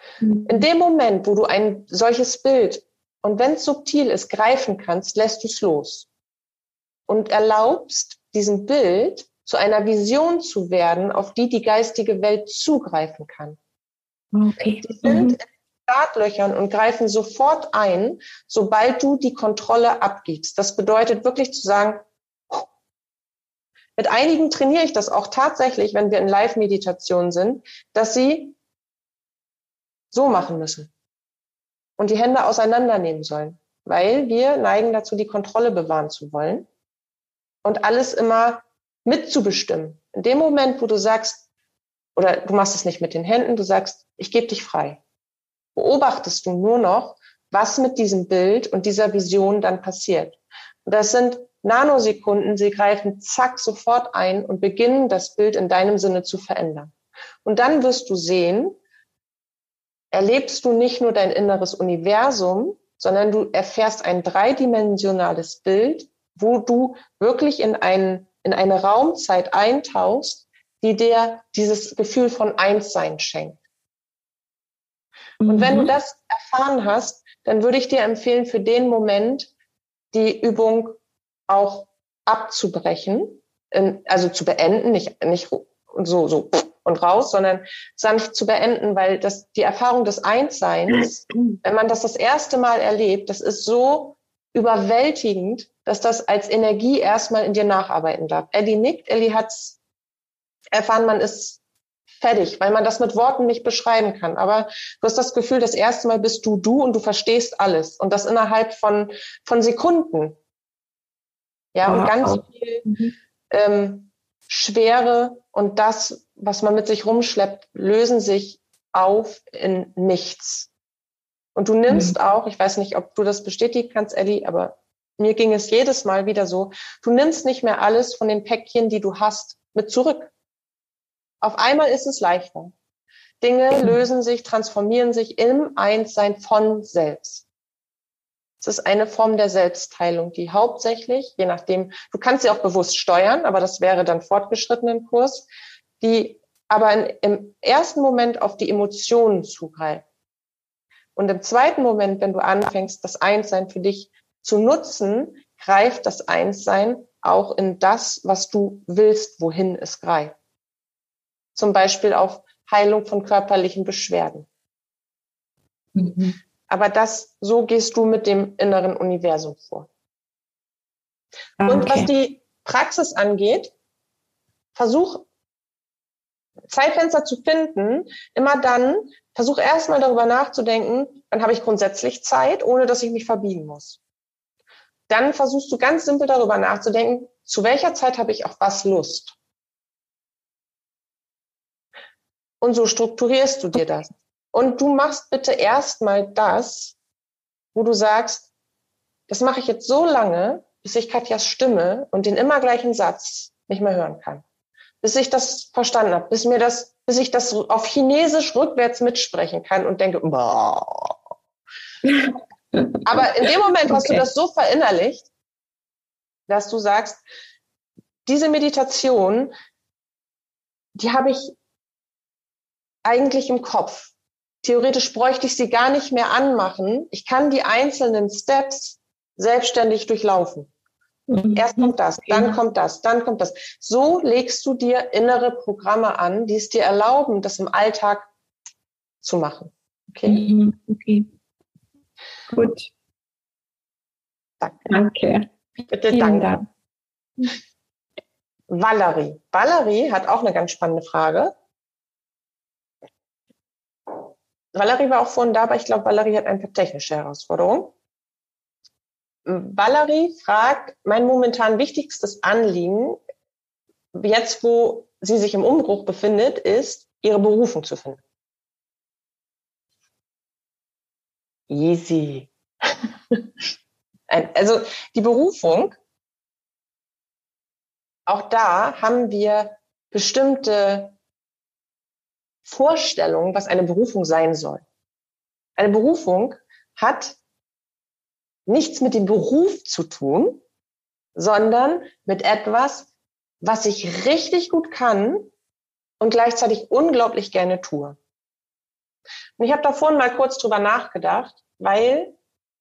In dem Moment, wo du ein solches Bild, und wenn es subtil ist, greifen kannst, lässt du es los und erlaubst diesem Bild zu einer Vision zu werden, auf die die geistige Welt zugreifen kann. Okay. Die sind in Startlöchern und greifen sofort ein, sobald du die Kontrolle abgibst. Das bedeutet wirklich zu sagen, mit einigen trainiere ich das auch tatsächlich, wenn wir in Live-Meditation sind, dass sie so machen müssen und die Hände auseinandernehmen sollen, weil wir neigen dazu, die Kontrolle bewahren zu wollen und alles immer mitzubestimmen. In dem Moment, wo du sagst, oder du machst es nicht mit den Händen, du sagst, ich gebe dich frei, beobachtest du nur noch, was mit diesem Bild und dieser Vision dann passiert. Und das sind Nanosekunden, sie greifen zack sofort ein und beginnen das Bild in deinem Sinne zu verändern. Und dann wirst du sehen, erlebst du nicht nur dein inneres Universum, sondern du erfährst ein dreidimensionales Bild, wo du wirklich in eine Raumzeit eintauchst, die dir dieses Gefühl von Einssein schenkt. Und wenn du das erfahren hast, dann würde ich dir empfehlen, für den Moment die Übung auch abzubrechen, also zu beenden, nicht so und raus, sondern sanft zu beenden, weil die Erfahrung des Einsseins, wenn man das erste Mal erlebt, das ist so überwältigend, dass das als Energie erstmal in dir nacharbeiten darf. Elli nickt, Elli hat's erfahren, man ist fertig, weil man das mit Worten nicht beschreiben kann. Aber du hast das Gefühl, das erste Mal bist du und du verstehst alles. Und das innerhalb von Sekunden. Ja, und ganz viel Schwere und das, was man mit sich rumschleppt, lösen sich auf in nichts. Und du nimmst auch, ich weiß nicht, ob du das bestätigen kannst, Elli, aber mir ging es jedes Mal wieder so, du nimmst nicht mehr alles von den Päckchen, die du hast, mit zurück. Auf einmal ist es leichter. Dinge lösen sich, transformieren sich im Einssein von selbst. Es ist eine Form der Selbstheilung, die hauptsächlich, je nachdem, du kannst sie auch bewusst steuern, aber das wäre dann fortgeschrittenen Kurs, die aber im ersten Moment auf die Emotionen zugreift. Und im zweiten Moment, wenn du anfängst, das Einssein für dich zu nutzen, greift das Einssein auch in das, was du willst, wohin es greift. Zum Beispiel auf Heilung von körperlichen Beschwerden. Aber so gehst du mit dem inneren Universum vor. Und was die Praxis angeht, versuch Zeitfenster zu finden, versuch erstmal darüber nachzudenken, dann habe ich grundsätzlich Zeit, ohne dass ich mich verbiegen muss. Dann versuchst du ganz simpel darüber nachzudenken, zu welcher Zeit habe ich auf was Lust. Und so strukturierst du dir das. Und du machst bitte erstmal das, wo du sagst, das mache ich jetzt so lange, bis ich Katjas Stimme und den immer gleichen Satz nicht mehr hören kann. Bis ich das verstanden habe, bis ich das auf Chinesisch rückwärts mitsprechen kann und denke, boah. Aber in dem Moment hast du das so verinnerlicht, dass du sagst, diese Meditation, die habe ich eigentlich im Kopf. Theoretisch bräuchte ich sie gar nicht mehr anmachen. Ich kann die einzelnen Steps selbstständig durchlaufen. Erst kommt das, dann kommt das, dann kommt das. So legst du dir innere Programme an, die es dir erlauben, das im Alltag zu machen. Okay? Okay. Gut. Danke. Bitte, danke. Valerie. Valerie hat auch eine ganz spannende Frage. Valerie war auch vorhin da, aber ich glaube, Valerie hat eine technische Herausforderung. Valerie fragt, mein momentan wichtigstes Anliegen, jetzt wo sie sich im Umbruch befindet, ist, ihre Berufung zu finden. Easy. Also die Berufung, auch da haben wir bestimmte Vorstellungen, was eine Berufung sein soll. Eine Berufung hat nichts mit dem Beruf zu tun, sondern mit etwas, was ich richtig gut kann und gleichzeitig unglaublich gerne tue. Und ich habe da vorhin mal kurz drüber nachgedacht, weil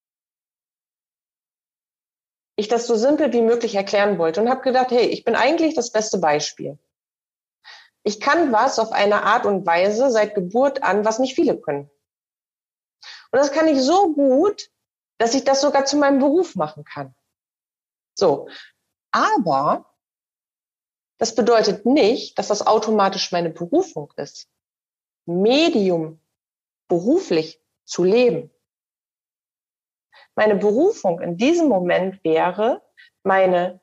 ich das so simpel wie möglich erklären wollte und habe gedacht, hey, ich bin eigentlich das beste Beispiel. Ich kann was auf eine Art und Weise seit Geburt an, was nicht viele können. Und das kann ich so gut, dass ich das sogar zu meinem Beruf machen kann. So, aber das bedeutet nicht, dass das automatisch meine Berufung ist. Medium beruflich zu leben. Meine Berufung in diesem Moment wäre meine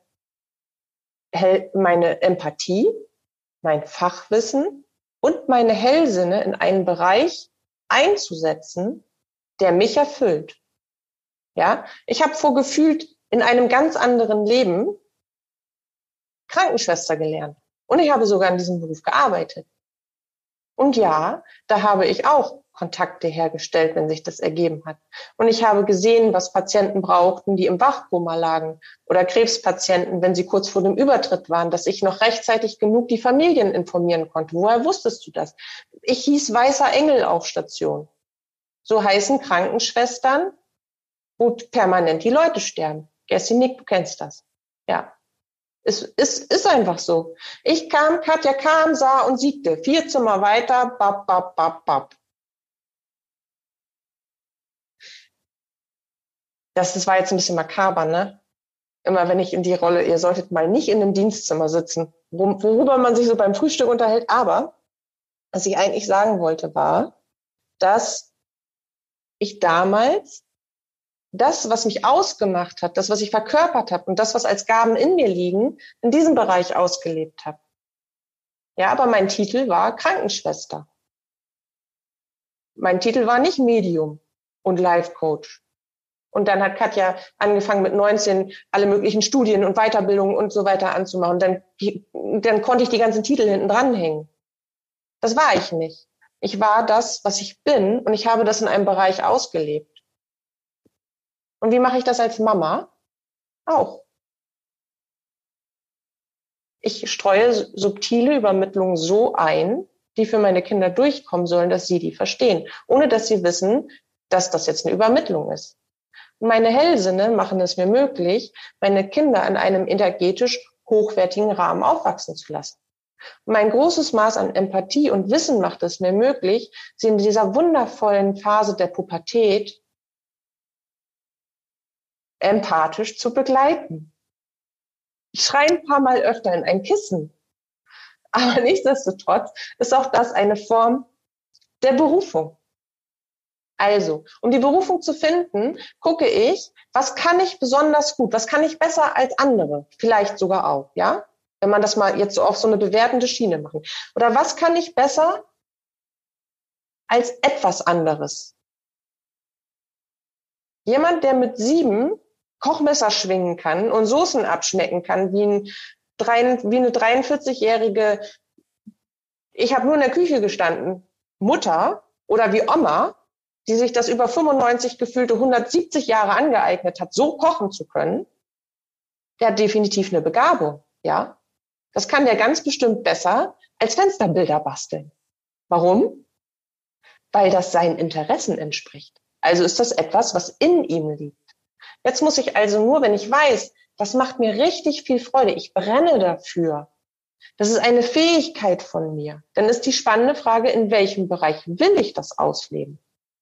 Empathie, mein Fachwissen und meine Hellsinne in einen Bereich einzusetzen, der mich erfüllt. Ja, ich habe vorgefühlt in einem ganz anderen Leben Krankenschwester gelernt und ich habe sogar in diesem Beruf gearbeitet. Und ja, da habe ich auch Kontakte hergestellt, wenn sich das ergeben hat. Und ich habe gesehen, was Patienten brauchten, die im Wachkoma lagen oder Krebspatienten, wenn sie kurz vor dem Übertritt waren, dass ich noch rechtzeitig genug die Familien informieren konnte. Woher wusstest du das? Ich hieß Weißer Engel auf Station. So heißen Krankenschwestern, wo permanent die Leute sterben. Gessi Nick, du kennst das. Ja. Es ist einfach so. Katja kam, sah und siegte. 4 Zimmer weiter, bap, bap, bap, bap. Das war jetzt ein bisschen makaber, ne? Immer wenn ich in die Rolle, ihr solltet mal nicht in einem Dienstzimmer sitzen, worüber man sich so beim Frühstück unterhält. Aber was ich eigentlich sagen wollte, war, dass ich damals das, was mich ausgemacht hat, das, was ich verkörpert habe und das, was als Gaben in mir liegen, in diesem Bereich ausgelebt habe. Ja, aber mein Titel war Krankenschwester. Mein Titel war nicht Medium und Life Coach. Und dann hat Katja angefangen mit 19 alle möglichen Studien und Weiterbildungen und so weiter anzumachen. Dann konnte ich die ganzen Titel hinten dranhängen. Das war ich nicht. Ich war das, was ich bin und ich habe das in einem Bereich ausgelebt. Und wie mache ich das als Mama? Auch. Ich streue subtile Übermittlungen so ein, die für meine Kinder durchkommen sollen, dass sie die verstehen, ohne dass sie wissen, dass das jetzt eine Übermittlung ist. Und meine Hellsinne machen es mir möglich, meine Kinder in einem energetisch hochwertigen Rahmen aufwachsen zu lassen. Und mein großes Maß an Empathie und Wissen macht es mir möglich, sie in dieser wundervollen Phase der Pubertät empathisch zu begleiten. Ich schreie ein paar Mal öfter in ein Kissen. Aber nichtsdestotrotz ist auch das eine Form der Berufung. Also, um die Berufung zu finden, gucke ich, was kann ich besonders gut, was kann ich besser als andere, vielleicht sogar auch, ja? Wenn man das mal jetzt so auf so eine bewertende Schiene machen. Oder was kann ich besser als etwas anderes? Jemand, der mit 7 Kochmesser schwingen kann und Soßen abschmecken kann, wie eine 43-jährige, ich habe nur in der Küche gestanden, Mutter oder wie Oma, die sich das über 95 gefühlte 170 Jahre angeeignet hat, so kochen zu können, der hat definitiv eine Begabung, ja. Das kann der ganz bestimmt besser als Fensterbilder basteln. Warum? Weil das seinen Interessen entspricht. Also ist das etwas, was in ihm liegt. Jetzt muss ich also nur, wenn ich weiß, das macht mir richtig viel Freude, ich brenne dafür, das ist eine Fähigkeit von mir, dann ist die spannende Frage, in welchem Bereich will ich das ausleben?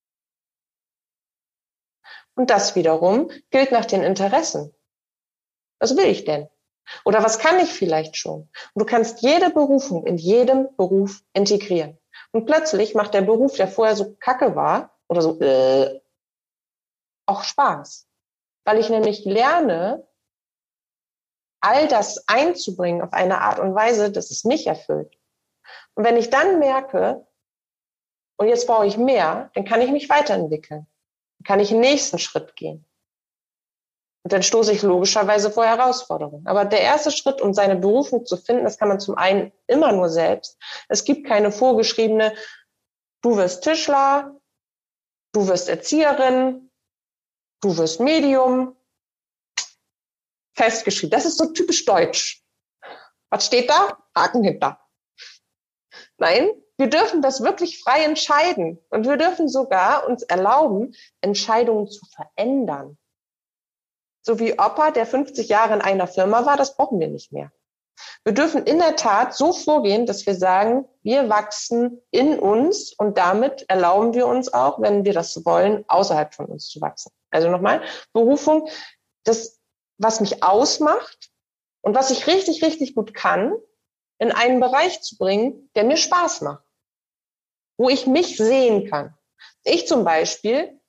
Und das wiederum gilt nach den Interessen. Was will ich denn? Oder was kann ich vielleicht schon? Und du kannst jede Berufung in jedem Beruf integrieren. Und plötzlich macht der Beruf, der vorher so kacke war, oder so, auch Spaß. Weil ich nämlich lerne, all das einzubringen auf eine Art und Weise, dass es mich erfüllt. Und wenn ich dann merke, und jetzt brauche ich mehr, dann kann ich mich weiterentwickeln. Dann kann ich den nächsten Schritt gehen. Und dann stoße ich logischerweise vor Herausforderungen. Aber der erste Schritt, um seine Berufung zu finden, das kann man zum einen immer nur selbst. Es gibt keine vorgeschriebene, du wirst Tischler, du wirst Erzieherin, du wirst Medium, festgeschrieben. Das ist so typisch deutsch. Was steht da? Haken hinter. Nein, Wir dürfen das wirklich frei entscheiden. Und wir dürfen sogar uns erlauben, Entscheidungen zu verändern. So wie Opa, der 50 Jahre in einer Firma war, das brauchen wir nicht mehr. Wir dürfen in der Tat so vorgehen, dass wir sagen, wir wachsen in uns und damit erlauben wir uns auch, wenn wir das wollen, außerhalb von uns zu wachsen. Also nochmal, Berufung, das, was mich ausmacht und was ich richtig, richtig gut kann, in einen Bereich zu bringen, der mir Spaß macht, wo ich mich sehen kann. Ich zum Beispiel,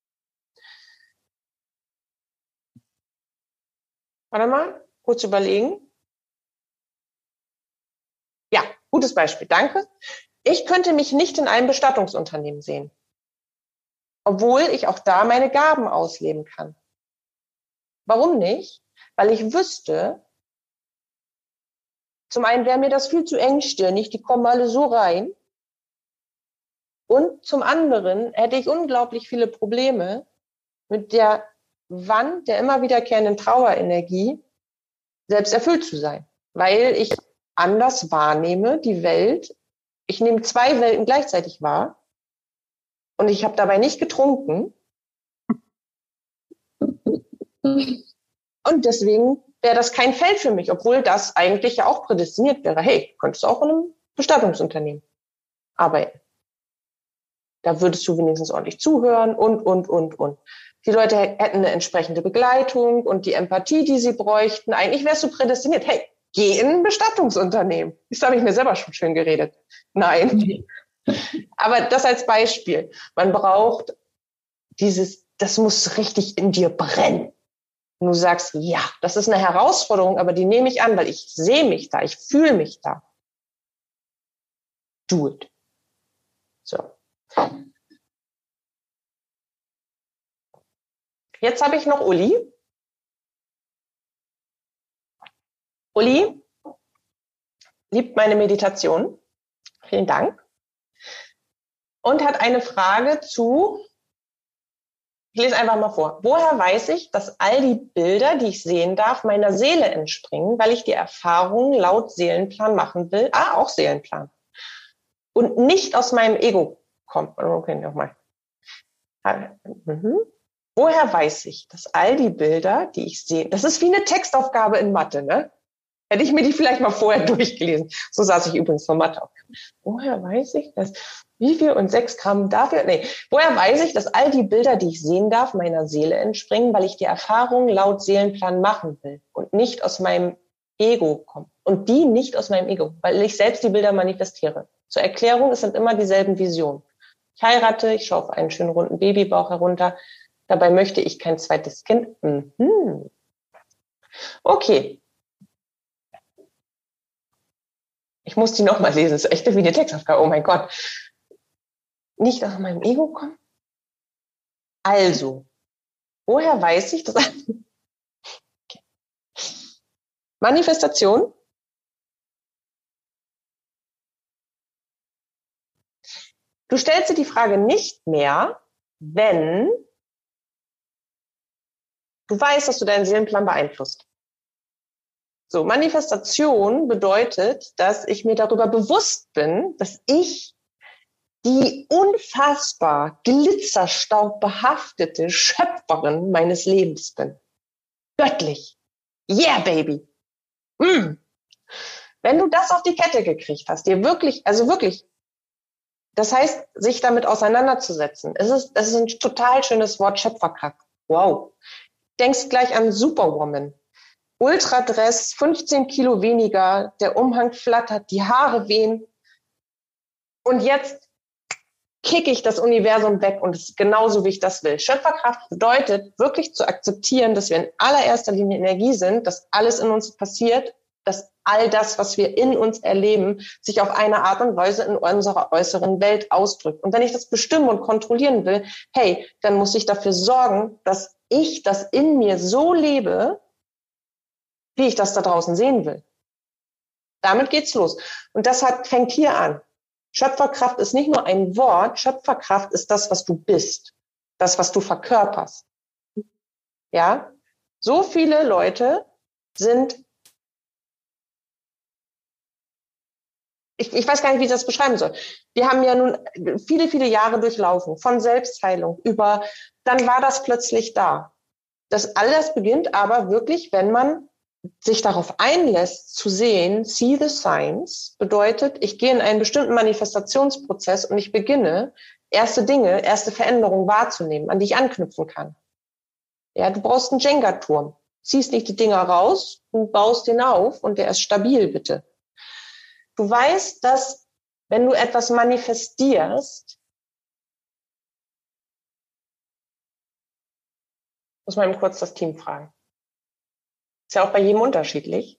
warte mal, kurz überlegen. Ja, gutes Beispiel, danke. Ich könnte mich nicht in einem Bestattungsunternehmen sehen, obwohl ich auch da meine Gaben ausleben kann. Warum nicht? Weil ich wüsste, zum einen wäre mir das viel zu engstirnig, die kommen alle so rein. Und zum anderen hätte ich unglaublich viele Probleme mit der Wand der immer wiederkehrenden Trauerenergie, selbst erfüllt zu sein. Weil ich anders wahrnehme, die Welt. Ich nehme 2 Welten gleichzeitig wahr und ich habe dabei nicht getrunken. Und deswegen wäre das kein Feld für mich, obwohl das eigentlich ja auch prädestiniert wäre. Hey, könntest du auch in einem Bestattungsunternehmen arbeiten. Da würdest du wenigstens ordentlich zuhören und. Die Leute hätten eine entsprechende Begleitung und die Empathie, die sie bräuchten. Eigentlich wärst du prädestiniert. Hey, geh in ein Bestattungsunternehmen. Das habe ich mir selber schon schön geredet. Nein. Aber das als Beispiel. Man braucht das muss richtig in dir brennen. Und du sagst, ja, das ist eine Herausforderung, aber die nehme ich an, weil ich sehe mich da, ich fühle mich da. Do it. So. Jetzt habe ich noch Uli. Uli liebt meine Meditation. Vielen Dank. Und hat eine Frage ich lese einfach mal vor. Woher weiß ich, dass all die Bilder, die ich sehen darf, meiner Seele entspringen, weil ich die Erfahrungen laut Seelenplan machen will? Auch Seelenplan. Und nicht aus meinem Ego kommt. Okay, nochmal. Woher weiß ich, dass all die Bilder, die ich sehe, das ist wie eine Textaufgabe in Mathe, ne? Hätte ich mir die vielleicht mal vorher durchgelesen. So saß ich übrigens vor Mathe. Woher weiß ich, dass wie viel und 6 Gramm dafür? Nee. Woher weiß ich, dass all die Bilder, die ich sehen darf, meiner Seele entspringen, weil ich die Erfahrung laut Seelenplan machen will und nicht aus meinem Ego kommen. Und die nicht aus meinem Ego, weil ich selbst die Bilder manifestiere. Zur Erklärung, es sind immer dieselben Visionen. Ich heirate, ich schaue auf einen schönen runden Babybauch herunter. Dabei möchte ich kein zweites Kind. Okay. Ich muss die nochmal lesen. Das ist echt wie eine Textaufgabe. Oh mein Gott. Nicht aus meinem Ego kommen? Also, woher weiß ich das? Okay. Manifestation. Du stellst dir die Frage nicht mehr, wenn du weißt, dass du deinen Seelenplan beeinflusst. So, Manifestation bedeutet, dass ich mir darüber bewusst bin, dass ich die unfassbar glitzerstaubbehaftete Schöpferin meines Lebens bin. Göttlich. Yeah, baby. Wenn du das auf die Kette gekriegt hast, dir wirklich, also wirklich, das heißt, sich damit auseinanderzusetzen. Es ist ein total schönes Wort, Schöpferkraft. Wow. Denkst gleich an Superwoman. Ultradress, 15 Kilo weniger, der Umhang flattert, die Haare wehen. Und jetzt kicke ich das Universum weg und es ist genauso, wie ich das will. Schöpferkraft bedeutet, wirklich zu akzeptieren, dass wir in allererster Linie Energie sind, dass alles in uns passiert, dass all das, was wir in uns erleben, sich auf eine Art und Weise in unserer äußeren Welt ausdrückt. Und wenn ich das bestimmen und kontrollieren will, hey, dann muss ich dafür sorgen, dass ich das in mir so lebe, wie ich das da draußen sehen will. Damit geht's los. Und das fängt hier an. Schöpferkraft ist nicht nur ein Wort, Schöpferkraft ist das, was du bist. Das, was du verkörperst. Ja? So viele Leute sind ich weiß gar nicht, wie ich das beschreiben soll. Wir haben ja nun viele, viele Jahre durchlaufen, von Selbstheilung über, dann war das plötzlich da. Das alles beginnt aber wirklich, wenn man sich darauf einlässt, zu sehen, see the signs, bedeutet, ich gehe in einen bestimmten Manifestationsprozess und ich beginne, erste Dinge, erste Veränderungen wahrzunehmen, an die ich anknüpfen kann. Ja, du brauchst einen Jenga-Turm. Ziehst nicht die Dinger raus, du baust den auf und der ist stabil, bitte. Du weißt, dass, wenn du etwas manifestierst, muss man eben kurz das Team fragen. Ist ja auch bei jedem unterschiedlich.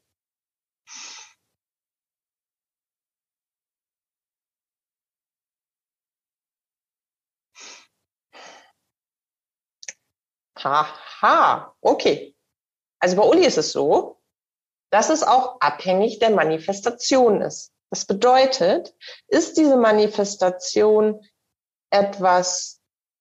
Haha, okay. Also bei Uli ist es so, dass es auch abhängig der Manifestation ist. Das bedeutet, ist diese Manifestation etwas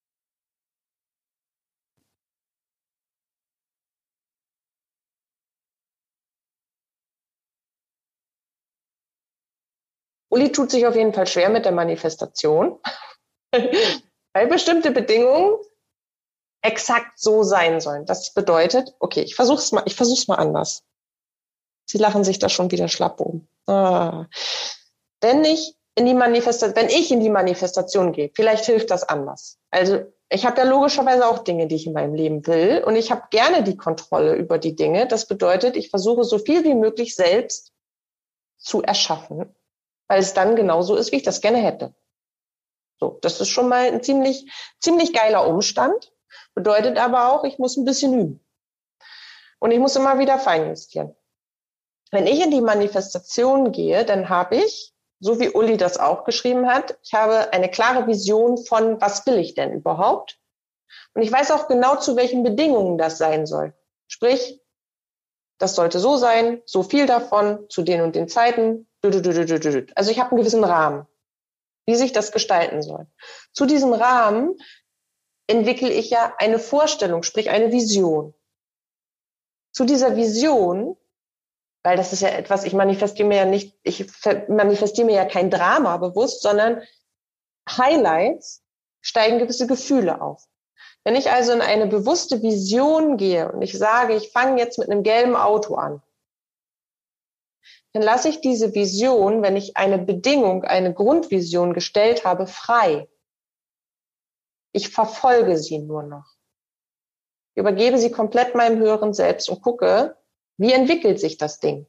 Uli tut sich auf jeden Fall schwer mit der Manifestation, weil bestimmte Bedingungen exakt so sein sollen. Das bedeutet, okay, ich versuch's mal anders. Sie lachen sich da schon wieder schlapp um. Wenn ich in die Manifestation gehe, vielleicht hilft das anders. Also ich habe ja logischerweise auch Dinge, die ich in meinem Leben will, und ich habe gerne die Kontrolle über die Dinge. Das bedeutet, ich versuche so viel wie möglich selbst zu erschaffen, weil es dann genauso ist, wie ich das gerne hätte. So, das ist schon mal ein ziemlich geiler Umstand. Bedeutet aber auch, ich muss ein bisschen üben. Und ich muss immer wieder feinjustieren. Wenn ich in die Manifestation gehe, dann habe ich, so wie Uli das auch geschrieben hat, ich habe eine klare Vision von, was will ich denn überhaupt? Und ich weiß auch genau, zu welchen Bedingungen das sein soll. Sprich, das sollte so sein, so viel davon, zu den und den Zeiten. Also ich habe einen gewissen Rahmen, wie sich das gestalten soll. Zu diesem Rahmen entwickle ich ja eine Vorstellung, sprich eine Vision. Zu dieser Vision, weil das ist ja etwas, ich manifestiere mir ja kein Drama bewusst, sondern Highlights, steigen gewisse Gefühle auf. Wenn ich also in eine bewusste Vision gehe und ich sage, ich fange jetzt mit einem gelben Auto an, dann lasse ich diese Vision, wenn ich eine Bedingung, eine Grundvision gestellt habe, frei. Ich verfolge sie nur noch. Ich übergebe sie komplett meinem höheren Selbst und gucke, wie entwickelt sich das Ding.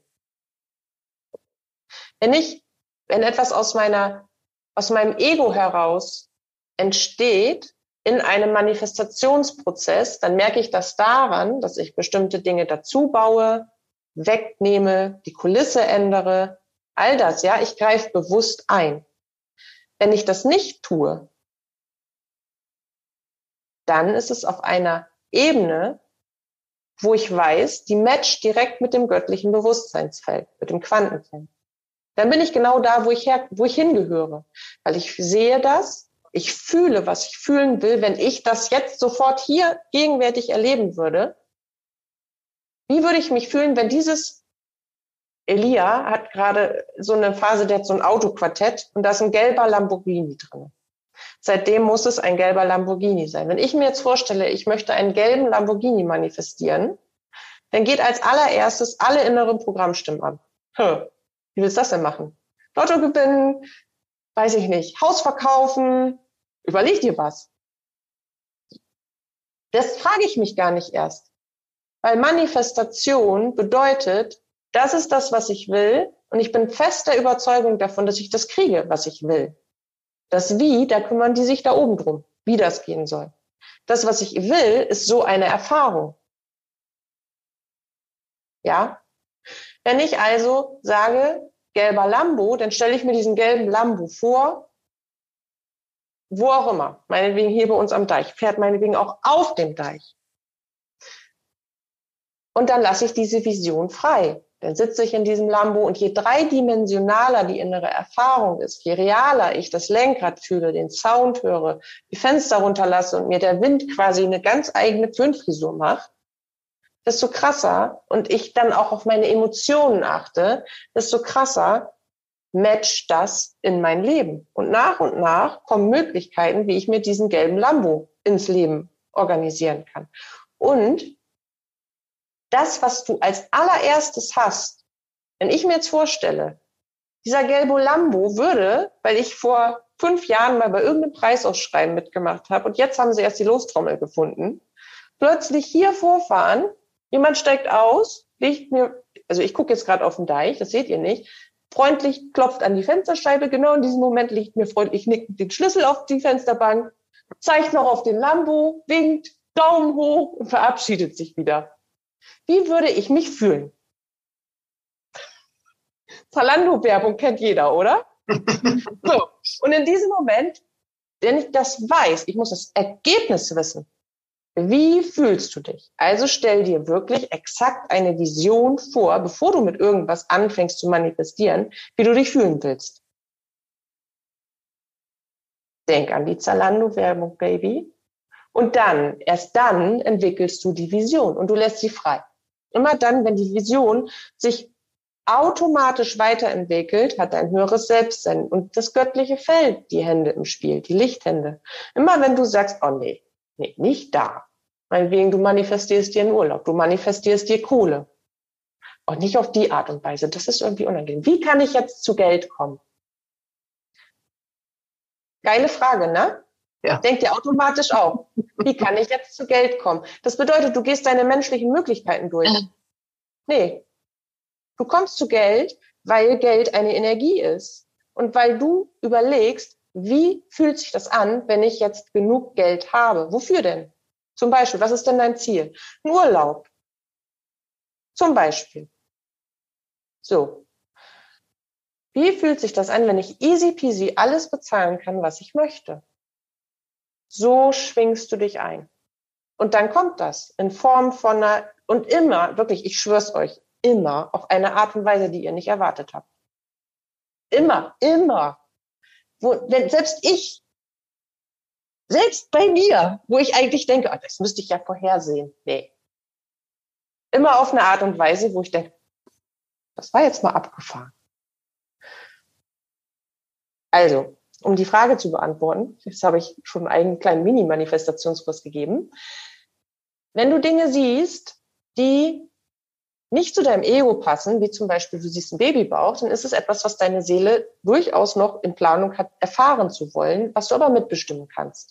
Wenn etwas aus meinem Ego heraus entsteht in einem Manifestationsprozess, dann merke ich das daran, dass ich bestimmte Dinge dazu baue, wegnehme, die Kulisse ändere, all das, ja, ich greife bewusst ein. Wenn ich das nicht tue, dann ist es auf einer Ebene, wo ich weiß, die matcht direkt mit dem göttlichen Bewusstseinsfeld, mit dem Quantenfeld. Dann bin ich genau da, wo ich hingehöre. Weil ich sehe das, ich fühle, was ich fühlen will. Wenn ich das jetzt sofort hier gegenwärtig erleben würde, wie würde ich mich fühlen, wenn Elia hat gerade so eine Phase, der hat so ein Autoquartett und da ist ein gelber Lamborghini drin. Seitdem muss es ein gelber Lamborghini sein. Wenn ich mir jetzt vorstelle, ich möchte einen gelben Lamborghini manifestieren, dann geht als allererstes alle inneren Programmstimmen an. Wie willst du das denn machen? Lotto gewinnen, weiß ich nicht, Haus verkaufen, überleg dir was. Das frage ich mich gar nicht erst. Weil Manifestation bedeutet, das ist das, was ich will, und ich bin fest der Überzeugung davon, dass ich das kriege, was ich will. Das Wie, da kümmern die sich da oben drum, wie das gehen soll. Das, was ich will, ist so eine Erfahrung. Ja? Wenn ich also sage, gelber Lambo, dann stelle ich mir diesen gelben Lambo vor, wo auch immer, meinetwegen hier bei uns am Deich, fährt meinetwegen auch auf dem Deich. Und dann lasse ich diese Vision frei. Dann sitze ich in diesem Lambo und je dreidimensionaler die innere Erfahrung ist, je realer ich das Lenkrad fühle, den Sound höre, die Fenster runterlasse und mir der Wind quasi eine ganz eigene Föhnfrisur macht, desto krasser, und ich dann auch auf meine Emotionen achte, desto krasser match das in mein Leben. Und nach kommen Möglichkeiten, wie ich mir diesen gelben Lambo ins Leben organisieren kann. Und das, was du als allererstes hast, wenn ich mir jetzt vorstelle, dieser gelbe Lambo würde, weil ich vor 5 Jahren mal bei irgendeinem Preisausschreiben mitgemacht habe und jetzt haben sie erst die Lostrommel gefunden, plötzlich hier vorfahren, jemand steigt aus, legt mir, also ich gucke jetzt gerade auf den Deich, das seht ihr nicht, freundlich klopft an die Fensterscheibe, genau in diesem Moment legt mir freundlich nickend den Schlüssel auf die Fensterbank, zeigt noch auf den Lambo, winkt, Daumen hoch und verabschiedet sich wieder. Wie würde ich mich fühlen? Zalando-Werbung kennt jeder, oder? So. Und in diesem Moment, wenn ich das weiß, ich muss das Ergebnis wissen, wie fühlst du dich? Also stell dir wirklich exakt eine Vision vor, bevor du mit irgendwas anfängst zu manifestieren, wie du dich fühlen willst. Denk an die Zalando-Werbung, Baby. Und dann, erst dann entwickelst du die Vision und du lässt sie frei. Immer dann, wenn die Vision sich automatisch weiterentwickelt, hat ein höheres Selbstsein und das göttliche Feld die Hände im Spiel, die Lichthände. Immer wenn du sagst, oh nee, nicht da. Meinetwegen, du manifestierst dir einen Urlaub, du manifestierst dir Kohle. Und nicht auf die Art und Weise, das ist irgendwie unangenehm. Wie kann ich jetzt zu Geld kommen? Geile Frage, ne? Ja. Denkt ihr automatisch auch. Wie kann ich jetzt zu Geld kommen? Das bedeutet, du gehst deine menschlichen Möglichkeiten durch. Nee. Du kommst zu Geld, weil Geld eine Energie ist. Und weil du überlegst, wie fühlt sich das an, wenn ich jetzt genug Geld habe? Wofür denn? Zum Beispiel, was ist denn dein Ziel? Ein Urlaub. Zum Beispiel. So. Wie fühlt sich das an, wenn ich easy peasy alles bezahlen kann, was ich möchte? So schwingst du dich ein. Und dann kommt das in Form von einer, und immer, wirklich, ich schwör's euch, immer auf eine Art und Weise, die ihr nicht erwartet habt. Immer. Selbst bei mir, wo ich eigentlich denke, oh, das müsste ich ja vorhersehen. Nee. Immer auf eine Art und Weise, wo ich denke, das war jetzt mal abgefahren. Also, um die Frage zu beantworten, jetzt habe ich schon einen kleinen Mini-Manifestationskurs gegeben. Wenn du Dinge siehst, die nicht zu deinem Ego passen, wie zum Beispiel du siehst einen Babybauch, dann ist es etwas, was deine Seele durchaus noch in Planung hat, erfahren zu wollen, was du aber mitbestimmen kannst.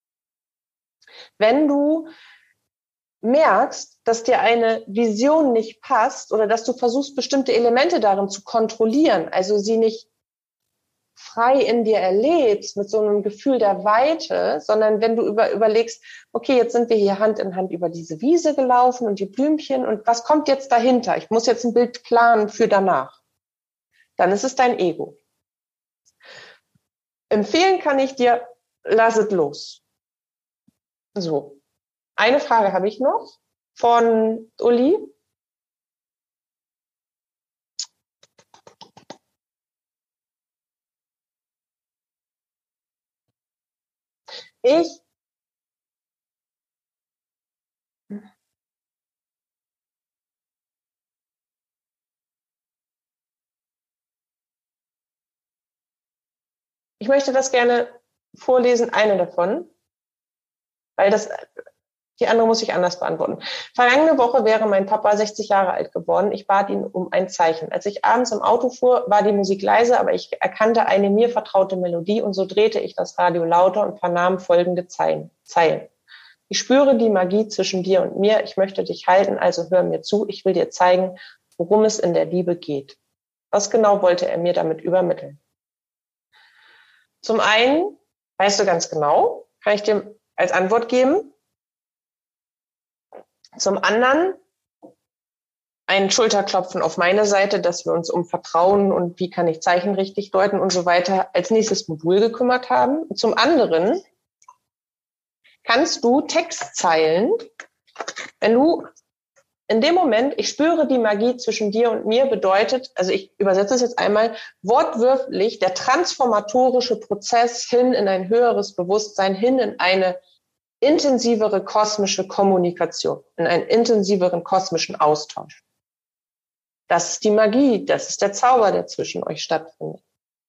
Wenn du merkst, dass dir eine Vision nicht passt oder dass du versuchst, bestimmte Elemente darin zu kontrollieren, also sie nicht frei in dir erlebst, mit so einem Gefühl der Weite, sondern wenn du überlegst, okay, jetzt sind wir hier Hand in Hand über diese Wiese gelaufen und die Blümchen und was kommt jetzt dahinter? Ich muss jetzt ein Bild planen für danach. Dann ist es dein Ego. Empfehlen kann ich dir, lass es los. So. Eine Frage habe ich noch von Uli. Ich möchte das gerne vorlesen, eine davon, weil die andere muss ich anders beantworten. Vergangene Woche wäre mein Papa 60 Jahre alt geworden. Ich bat ihn um ein Zeichen. Als ich abends im Auto fuhr, war die Musik leise, aber ich erkannte eine mir vertraute Melodie und so drehte ich das Radio lauter und vernahm folgende Zeilen. Ich spüre die Magie zwischen dir und mir. Ich möchte dich halten, also hör mir zu. Ich will dir zeigen, worum es in der Liebe geht. Was genau wollte er mir damit übermitteln? Zum einen, weißt du ganz genau, kann ich dir als Antwort geben. Zum anderen ein Schulterklopfen auf meine Seite, dass wir uns um Vertrauen und wie kann ich Zeichen richtig deuten und so weiter als nächstes Modul gekümmert haben. Und zum anderen kannst du Textzeilen, wenn du in dem Moment, ich spüre die Magie zwischen dir und mir, bedeutet, also ich übersetze es jetzt einmal, wortwörtlich der transformatorische Prozess hin in ein höheres Bewusstsein, hin in eine intensivere kosmische Kommunikation, in einen intensiveren kosmischen Austausch. Das ist die Magie, das ist der Zauber, der zwischen euch stattfindet.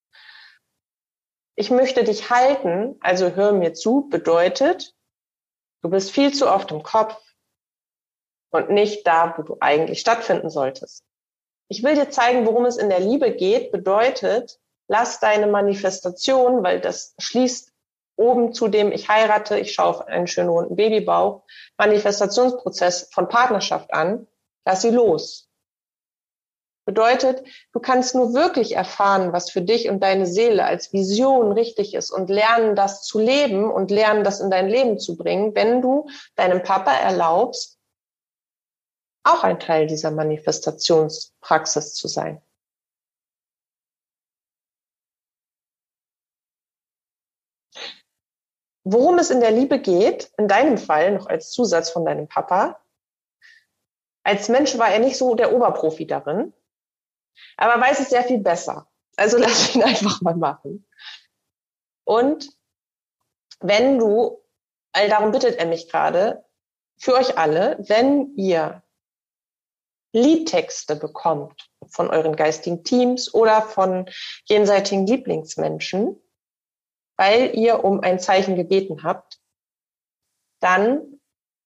Ich möchte dich halten, also hör mir zu, bedeutet, du bist viel zu oft im Kopf und nicht da, wo du eigentlich stattfinden solltest. Ich will dir zeigen, worum es in der Liebe geht, bedeutet, lass deine Manifestation, weil das schließt oben zu dem ich heirate, ich schaue auf einen schönen runden Babybauch, Manifestationsprozess von Partnerschaft an, lass sie los. Bedeutet, du kannst nur wirklich erfahren, was für dich und deine Seele als Vision richtig ist und lernen, das zu leben und lernen, das in dein Leben zu bringen, wenn du deinem Papa erlaubst, auch ein Teil dieser Manifestationspraxis zu sein. Worum es in der Liebe geht, in deinem Fall noch als Zusatz von deinem Papa, als Mensch war er nicht so der Oberprofi darin, aber weiß es sehr viel besser. Also lass ihn einfach mal machen. Und wenn du, all darum bittet er mich gerade, für euch alle, wenn ihr Liedtexte bekommt von euren geistigen Teams oder von jenseitigen Lieblingsmenschen, weil ihr um ein Zeichen gebeten habt, dann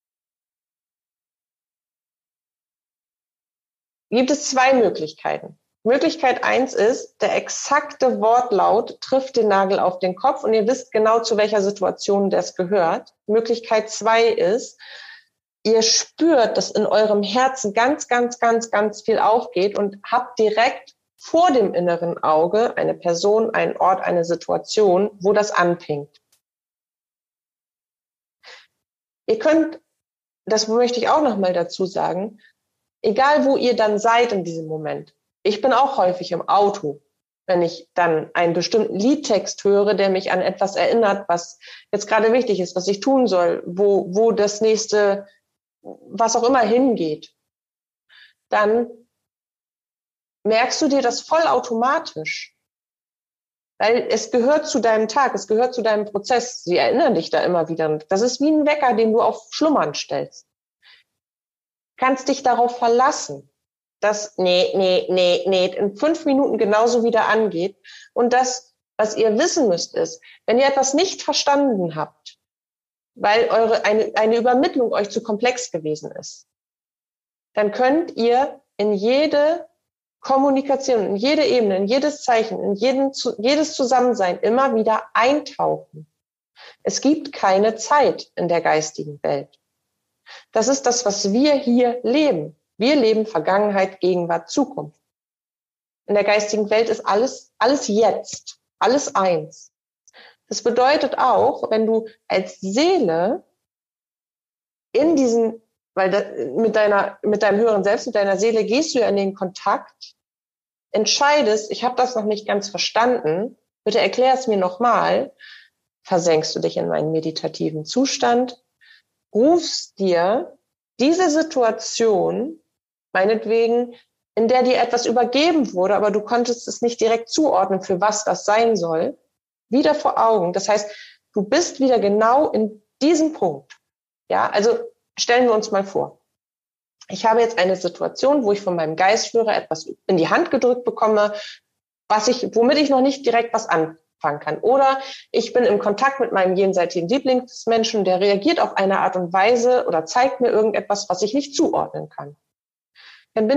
gibt es zwei Möglichkeiten. Möglichkeit 1 ist, der exakte Wortlaut trifft den Nagel auf den Kopf und ihr wisst genau, zu welcher Situation das gehört. Möglichkeit 2 ist, ihr spürt, dass in eurem Herzen ganz, ganz, ganz, ganz viel aufgeht und habt direkt vor dem inneren Auge eine Person, einen Ort, eine Situation, wo das anpingt. Ihr könnt, das möchte ich auch nochmal dazu sagen, egal wo ihr dann seid in diesem Moment. Ich bin auch häufig im Auto, wenn ich dann einen bestimmten Liedtext höre, der mich an etwas erinnert, was jetzt gerade wichtig ist, was ich tun soll, wo das nächste, was auch immer hingeht. Dann merkst du dir das vollautomatisch. Weil es gehört zu deinem Tag, es gehört zu deinem Prozess. Sie erinnern dich da immer wieder. Das ist wie ein Wecker, den du auf Schlummern stellst. Kannst dich darauf verlassen, dass in 5 Minuten genauso wieder angeht. Und das, was ihr wissen müsst, ist, wenn ihr etwas nicht verstanden habt, weil eine Übermittlung euch zu komplex gewesen ist, dann könnt ihr in jede Kommunikation, in jede Ebene, in jedes Zeichen, in jedes Zusammensein immer wieder eintauchen. Es gibt keine Zeit in der geistigen Welt. Das ist das, was wir hier leben. Wir leben Vergangenheit, Gegenwart, Zukunft. In der geistigen Welt ist alles jetzt, alles eins. Das bedeutet auch, wenn du als Seele in diesen, mit deinem höheren Selbst, mit deiner Seele gehst du ja in den Kontakt, entscheidest, ich habe das noch nicht ganz verstanden, bitte erklär es mir nochmal, versenkst du dich in einen meditativen Zustand, rufst dir diese Situation, meinetwegen, in der dir etwas übergeben wurde, aber du konntest es nicht direkt zuordnen, für was das sein soll, wieder vor Augen. Das heißt, du bist wieder genau in diesem Punkt. Ja, also stellen wir uns mal vor. Ich habe jetzt eine Situation, wo ich von meinem Geistführer etwas in die Hand gedrückt bekomme, womit ich noch nicht direkt was anfangen kann. Oder ich bin im Kontakt mit meinem jenseitigen Lieblingsmenschen, der reagiert auf eine Art und Weise oder zeigt mir irgendetwas, was ich nicht zuordnen kann. Dann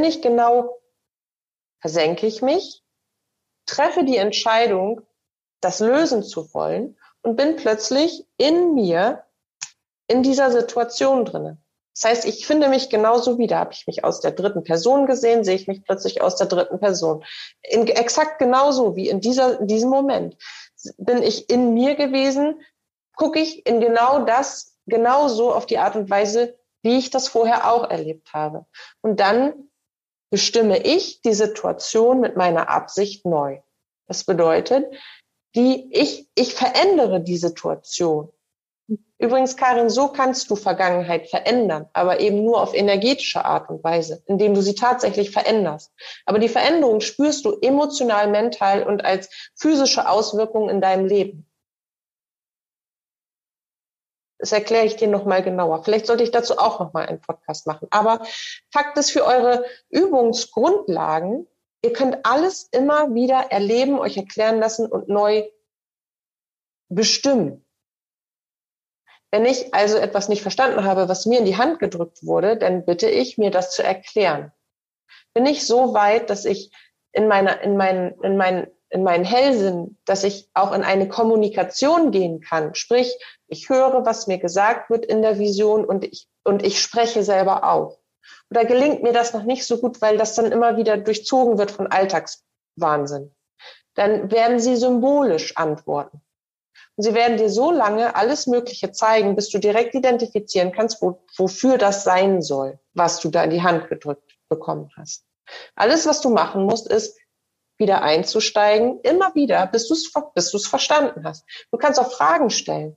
versenke ich mich, treffe die Entscheidung, das lösen zu wollen und bin plötzlich in mir, in dieser Situation drinne. Das heißt, ich finde mich genauso wieder. Habe ich mich aus der dritten Person gesehen, sehe ich mich plötzlich aus der dritten Person. Exakt genauso wie in diesem Moment. Bin ich in mir gewesen, gucke ich in genauso auf die Art und Weise, wie ich das vorher auch erlebt habe. Und dann bestimme ich die Situation mit meiner Absicht neu. Das bedeutet, ich verändere die Situation. Übrigens, Karin, so kannst du Vergangenheit verändern, aber eben nur auf energetische Art und Weise, indem du sie tatsächlich veränderst. Aber die Veränderung spürst du emotional, mental und als physische Auswirkung in deinem Leben. Das erkläre ich dir nochmal genauer. Vielleicht sollte ich dazu auch nochmal einen Podcast machen. Aber Fakt ist, für eure Übungsgrundlagen, ihr könnt alles immer wieder erleben, euch erklären lassen und neu bestimmen. Wenn ich also etwas nicht verstanden habe, was mir in die Hand gedrückt wurde, dann bitte ich, mir das zu erklären. Bin ich so weit, dass ich in meinen Hellsinn, dass ich auch in eine Kommunikation gehen kann. Sprich, ich höre, was mir gesagt wird in der Vision und ich spreche selber auf. Oder gelingt mir das noch nicht so gut, weil das dann immer wieder durchzogen wird von Alltagswahnsinn. Dann werden sie symbolisch antworten. Und sie werden dir so lange alles Mögliche zeigen, bis du direkt identifizieren kannst, wofür das sein soll, was du da in die Hand gedrückt bekommen hast. Alles, was du machen musst, ist, wieder einzusteigen, immer wieder, bis du es verstanden hast. Du kannst auch Fragen stellen.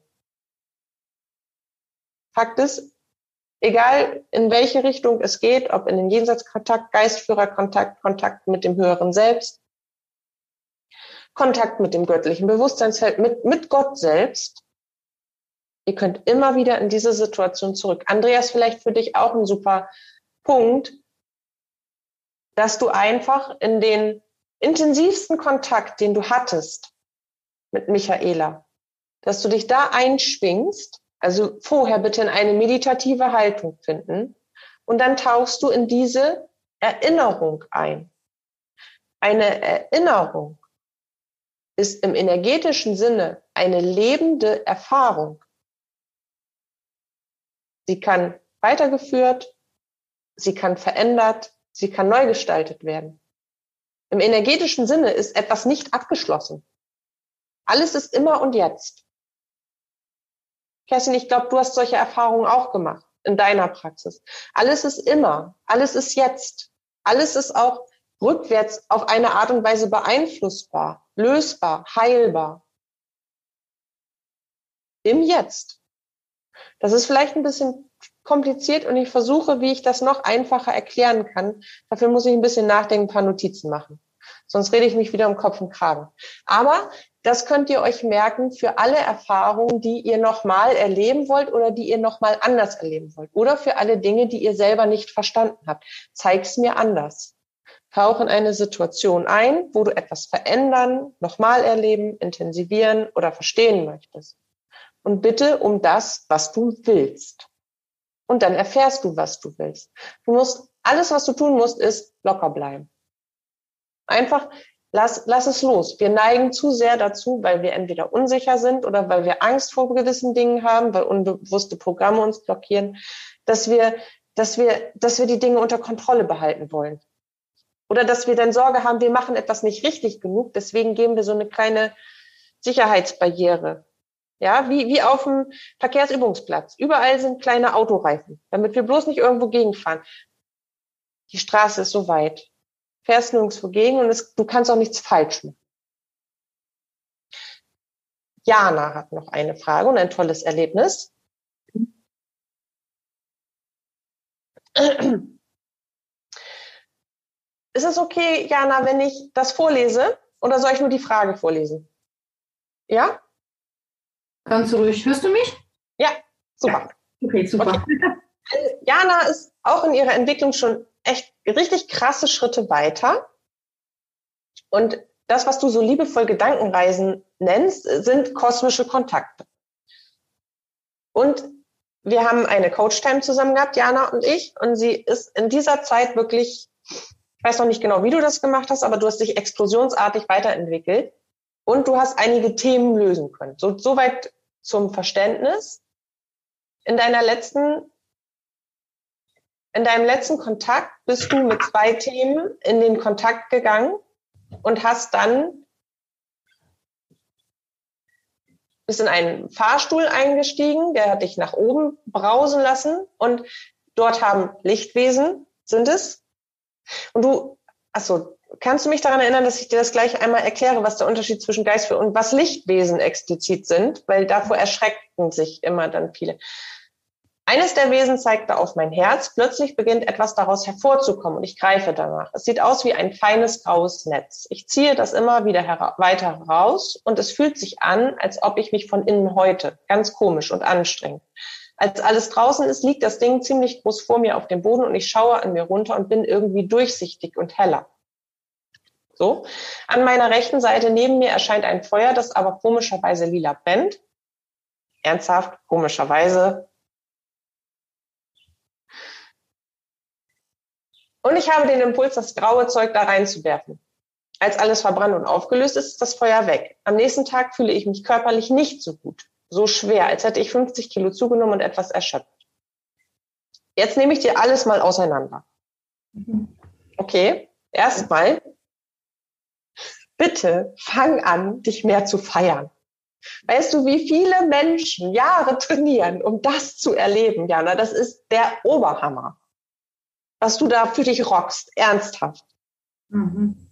Fakt ist, egal in welche Richtung es geht, ob in den Jenseitskontakt, Geistführerkontakt, Kontakt mit dem höheren Selbst, Kontakt mit dem göttlichen Bewusstseinsfeld, mit Gott selbst, ihr könnt immer wieder in diese Situation zurück. Andreas, vielleicht für dich auch ein super Punkt, dass du einfach in den intensivsten Kontakt, den du hattest mit Michaela, dass du dich da einschwingst, also vorher bitte in eine meditative Haltung finden und dann tauchst du in diese Erinnerung ein. Eine Erinnerung ist im energetischen Sinne eine lebende Erfahrung. Sie kann weitergeführt, sie kann verändert, sie kann neu gestaltet werden. Im energetischen Sinne ist etwas nicht abgeschlossen. Alles ist immer und jetzt. Kerstin, ich glaube, du hast solche Erfahrungen auch gemacht in deiner Praxis. Alles ist immer, alles ist jetzt. Alles ist auch rückwärts auf eine Art und Weise beeinflussbar, lösbar, heilbar. Im Jetzt. Das ist vielleicht ein bisschen kompliziert und ich versuche, wie ich das noch einfacher erklären kann. Dafür muss ich ein bisschen nachdenken, ein paar Notizen machen. Sonst rede ich mich wieder um Kopf und Kragen. Aber das könnt ihr euch merken für alle Erfahrungen, die ihr nochmal erleben wollt oder die ihr nochmal anders erleben wollt. Oder für alle Dinge, die ihr selber nicht verstanden habt. Zeig's mir anders. Tauch in eine Situation ein, wo du etwas verändern, nochmal erleben, intensivieren oder verstehen möchtest. Und bitte um das, was du willst. Und dann erfährst du, was du willst. Alles, was du tun musst, ist locker bleiben. Einfach lass es los. Wir neigen zu sehr dazu, weil wir entweder unsicher sind oder weil wir Angst vor gewissen Dingen haben, weil unbewusste Programme uns blockieren, dass wir die Dinge unter Kontrolle behalten wollen. Oder dass wir dann Sorge haben, wir machen etwas nicht richtig genug, deswegen geben wir so eine kleine Sicherheitsbarriere. Ja, wie auf dem Verkehrsübungsplatz. Überall sind kleine Autoreifen, damit wir bloß nicht irgendwo gegenfahren. Die Straße ist so weit. Fährst nirgendwo gegen und du kannst auch nichts falsch machen. Jana hat noch eine Frage und ein tolles Erlebnis. Ist es okay, Jana, wenn ich das vorlese oder soll ich nur die Frage vorlesen? Ja? Ganz ruhig. Hörst du mich? Ja, super. Ja. Okay, super. Okay. Jana ist auch in ihrer Entwicklung schon echt richtig krasse Schritte weiter. Und das, was du so liebevoll Gedankenreisen nennst, sind kosmische Kontakte. Und wir haben eine Coach-Time zusammen gehabt, Jana und ich. Und sie ist in dieser Zeit wirklich, ich weiß noch nicht genau, wie du das gemacht hast, aber du hast dich explosionsartig weiterentwickelt. Und du hast einige Themen lösen können. Soweit zum Verständnis. In deinem letzten Kontakt bist du mit 2 Themen in den Kontakt gegangen und bist in einen Fahrstuhl eingestiegen, der hat dich nach oben brausen lassen und dort haben Lichtwesen, sind es. Und kannst du mich daran erinnern, dass ich dir das gleich einmal erkläre, was der Unterschied zwischen Geistführer und was Lichtwesen explizit sind? Weil davor erschrecken sich immer dann viele. Eines der Wesen zeigte auf mein Herz. Plötzlich beginnt etwas daraus hervorzukommen und ich greife danach. Es sieht aus wie ein feines graues Netz. Ich ziehe das immer wieder weiter heraus und es fühlt sich an, als ob ich mich von innen häute. Ganz komisch und anstrengend. Als alles draußen ist, liegt das Ding ziemlich groß vor mir auf dem Boden und ich schaue an mir runter und bin irgendwie durchsichtig und heller. So. An meiner rechten Seite neben mir erscheint ein Feuer, das aber komischerweise lila brennt. Ernsthaft, komischerweise. Und ich habe den Impuls, das graue Zeug da reinzuwerfen. Als alles verbrannt und aufgelöst ist, ist das Feuer weg. Am nächsten Tag fühle ich mich körperlich nicht so gut. So schwer, als hätte ich 50 Kilo zugenommen und etwas erschöpft. Jetzt nehme ich dir alles mal auseinander. Okay, erstmal, bitte fang an, dich mehr zu feiern. Weißt du, wie viele Menschen Jahre trainieren, um das zu erleben, Jana? Das ist der Oberhammer. Was du da für dich rockst, ernsthaft. Mhm.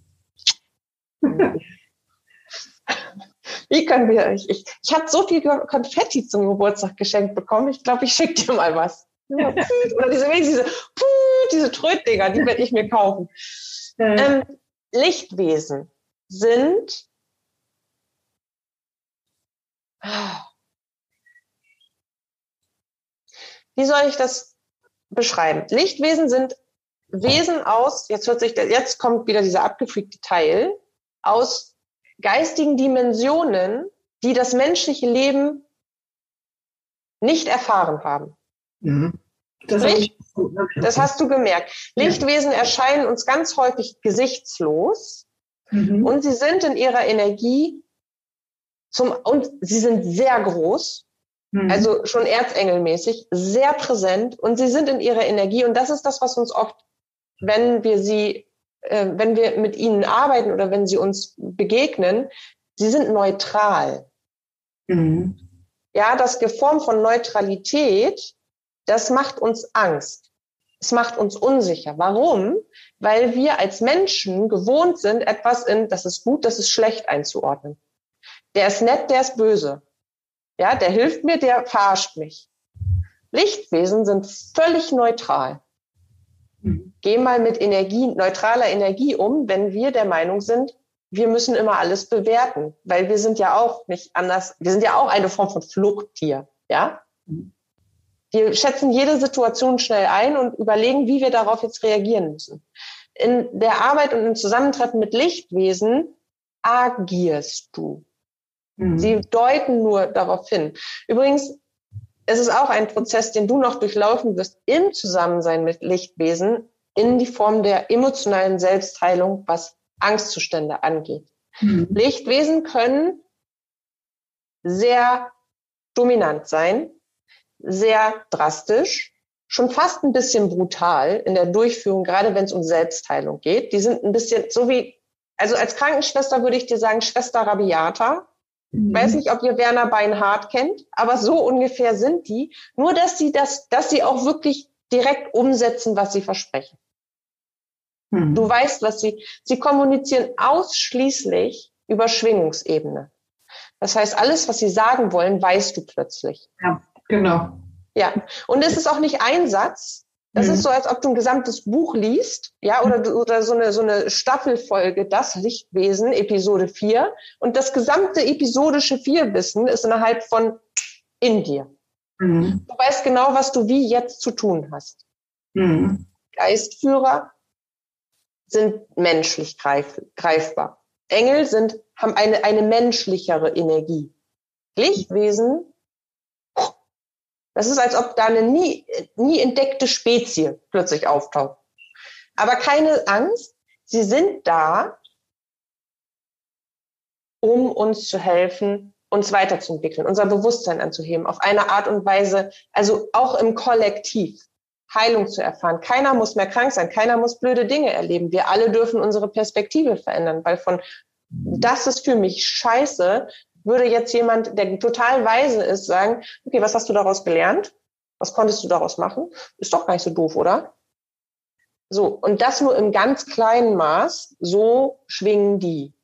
Wie können wir, ich habe so viel Konfetti zum Geburtstag geschenkt bekommen. Ich glaube, ich schicke dir mal was. Oder diese Trötdinger, die werde ich mir kaufen. Lichtwesen sind wie soll ich das beschreiben? Lichtwesen sind Wesen aus, jetzt kommt wieder dieser abgefreakte Teil, aus geistigen Dimensionen, die das menschliche Leben nicht erfahren haben. Mhm. Das hast du gemerkt. Lichtwesen erscheinen uns ganz häufig gesichtslos und sie sind in ihrer Energie und sie sind sehr groß, also schon erzengelmäßig, sehr präsent und sie sind in ihrer Energie und das ist das, was uns oft, wenn wir mit ihnen arbeiten oder wenn sie uns begegnen, sie sind neutral. Mhm. Ja, das Geform von Neutralität, das macht uns Angst. Es macht uns unsicher. Warum? Weil wir als Menschen gewohnt sind, etwas in, das ist gut, das ist schlecht einzuordnen. Der ist nett, der ist böse. Ja, der hilft mir, der verarscht mich. Lichtwesen sind völlig neutral. Geh mal mit neutraler Energie um, wenn wir der Meinung sind, wir müssen immer alles bewerten, weil wir sind ja auch nicht anders, wir sind ja auch eine Form von Fluchttier, ja? Wir schätzen jede Situation schnell ein und überlegen, wie wir darauf jetzt reagieren müssen. In der Arbeit und im Zusammentreffen mit Lichtwesen agierst du. Sie deuten nur darauf hin. Übrigens, es ist auch ein Prozess, den du noch durchlaufen wirst im Zusammensein mit Lichtwesen in die Form der emotionalen Selbstheilung, was Angstzustände angeht. Lichtwesen können sehr dominant sein, sehr drastisch, schon fast ein bisschen brutal in der Durchführung, gerade wenn es um Selbstheilung geht. Die sind ein bisschen so wie, also als Krankenschwester würde ich dir sagen, Schwester Rabiata. Ich weiß nicht, ob ihr Werner Beinhardt kennt, aber so ungefähr sind die. Nur, dass sie auch wirklich direkt umsetzen, was sie versprechen. Du weißt, sie kommunizieren ausschließlich über Schwingungsebene. Das heißt, alles, was sie sagen wollen, weißt du plötzlich. Ja, genau. Ja. Und es ist auch nicht ein Satz. Das ist so, als ob du ein gesamtes Buch liest, ja, oder so eine Staffelfolge, das Lichtwesen, Episode 4. Und das gesamte episodische 4-Wissen ist innerhalb von in dir. Du weißt genau, was du wie jetzt zu tun hast. Geistführer sind menschlich greifbar. Engel haben eine menschlichere Energie. Lichtwesen, das ist, als ob da eine nie entdeckte Spezie plötzlich auftaucht. Aber keine Angst, sie sind da, um uns zu helfen, uns weiterzuentwickeln, unser Bewusstsein anzuheben, auf eine Art und Weise, also auch im Kollektiv, Heilung zu erfahren. Keiner muss mehr krank sein, keiner muss blöde Dinge erleben. Wir alle dürfen unsere Perspektive verändern, weil von das ist für mich scheiße, würde jetzt jemand, der total weise ist, sagen, okay, was hast du daraus gelernt? Was konntest du daraus machen? Ist doch gar nicht so doof, oder? So, und das nur im ganz kleinen Maß, so schwingen die.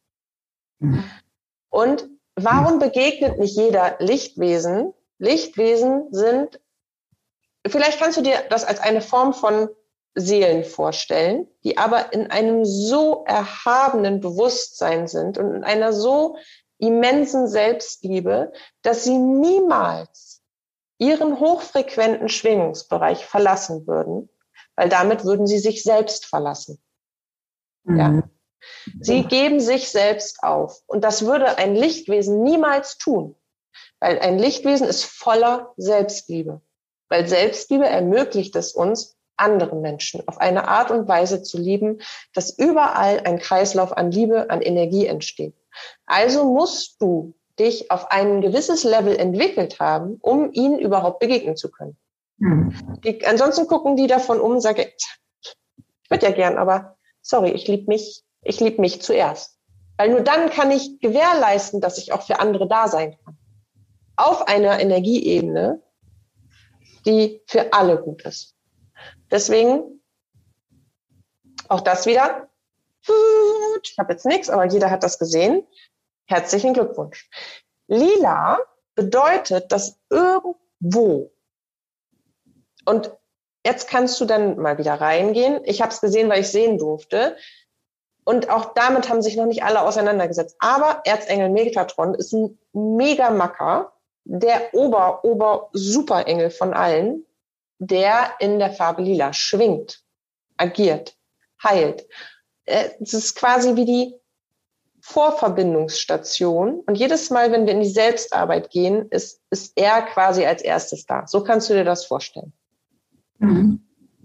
Und warum begegnet nicht jeder Lichtwesen? Lichtwesen sind vielleicht kannst du dir das als eine Form von Seelen vorstellen, die aber in einem so erhabenen Bewusstsein sind und in einer so immensen Selbstliebe, dass sie niemals ihren hochfrequenten Schwingungsbereich verlassen würden, weil damit würden sie sich selbst verlassen. Ja. Sie geben sich selbst auf. Und das würde ein Lichtwesen niemals tun, weil ein Lichtwesen ist voller Selbstliebe. Weil Selbstliebe ermöglicht es uns, andere Menschen auf eine Art und Weise zu lieben, dass überall ein Kreislauf an Liebe, an Energie entsteht. Also musst du dich auf ein gewisses Level entwickelt haben, um ihnen überhaupt begegnen zu können. Ansonsten gucken die davon um und sagen, ich würde ja gern, aber sorry, ich liebe mich zuerst. Weil nur dann kann ich gewährleisten, dass ich auch für andere da sein kann. Auf einer Energieebene, die für alle gut ist. Deswegen auch das wieder. Ich habe jetzt nichts, aber jeder hat das gesehen. Herzlichen Glückwunsch. Lila bedeutet, dass irgendwo, und jetzt kannst du dann mal wieder reingehen. Ich habe es gesehen, weil ich sehen durfte. Und auch damit haben sich noch nicht alle auseinandergesetzt. Aber Erzengel Metatron ist ein Mega-Macker, der Superengel von allen, der in der Farbe Lila schwingt, agiert, heilt. Es ist quasi wie die Vorverbindungsstation. Und jedes Mal, wenn wir in die Selbstarbeit gehen, ist er quasi als erstes da. So kannst du dir das vorstellen. Mhm.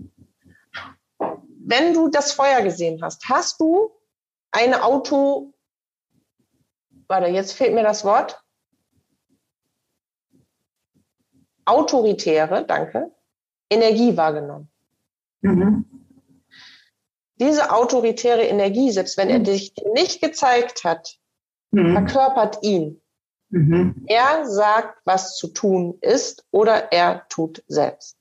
Wenn du das Feuer gesehen hast, hast du eine jetzt fehlt mir das Wort. Autoritäre, danke, Energie wahrgenommen. Mhm. Diese autoritäre Energie, selbst wenn er dich nicht gezeigt hat, verkörpert ihn. Mhm. Er sagt, was zu tun ist, oder er tut selbst.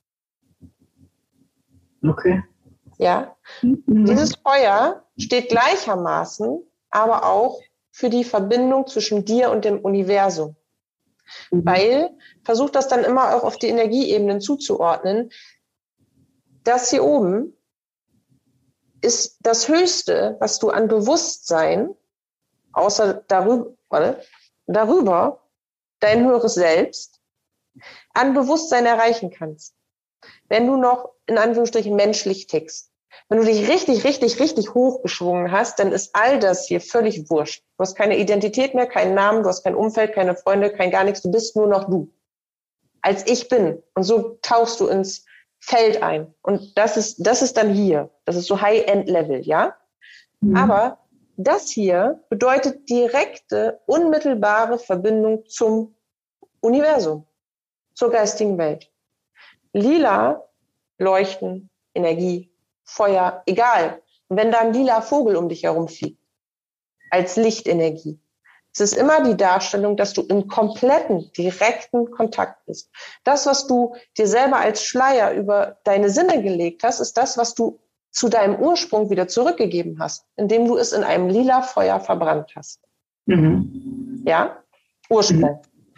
Okay. Ja. Mhm. Dieses Feuer steht gleichermaßen aber auch für die Verbindung zwischen dir und dem Universum. Mhm. Weil, versuch das dann immer auch auf die Energieebenen zuzuordnen, das hier oben ist das Höchste, was du an Bewusstsein, außer darüber dein höheres Selbst, an Bewusstsein erreichen kannst. Wenn du noch, in Anführungsstrichen, menschlich tickst. Wenn du dich richtig, richtig, richtig hochgeschwungen hast, dann ist all das hier völlig wurscht. Du hast keine Identität mehr, keinen Namen, du hast kein Umfeld, keine Freunde, kein gar nichts. Du bist nur noch du. Als ich bin. Und so tauchst du ins Feld ein. Und das ist dann hier. Das ist so High-End-Level, ja? Mhm. Aber das hier bedeutet direkte, unmittelbare Verbindung zum Universum, zur geistigen Welt. Lila, Leuchten, Energie, Feuer, egal. Und wenn da ein lila Vogel um dich herum fliegt, als Lichtenergie, es ist immer die Darstellung, dass du in kompletten, direkten Kontakt bist. Das, was du dir selber als Schleier über deine Sinne gelegt hast, ist das, was du zu deinem Ursprung wieder zurückgegeben hast, indem du es in einem lila Feuer verbrannt hast. Mhm. Ja? Ursprung.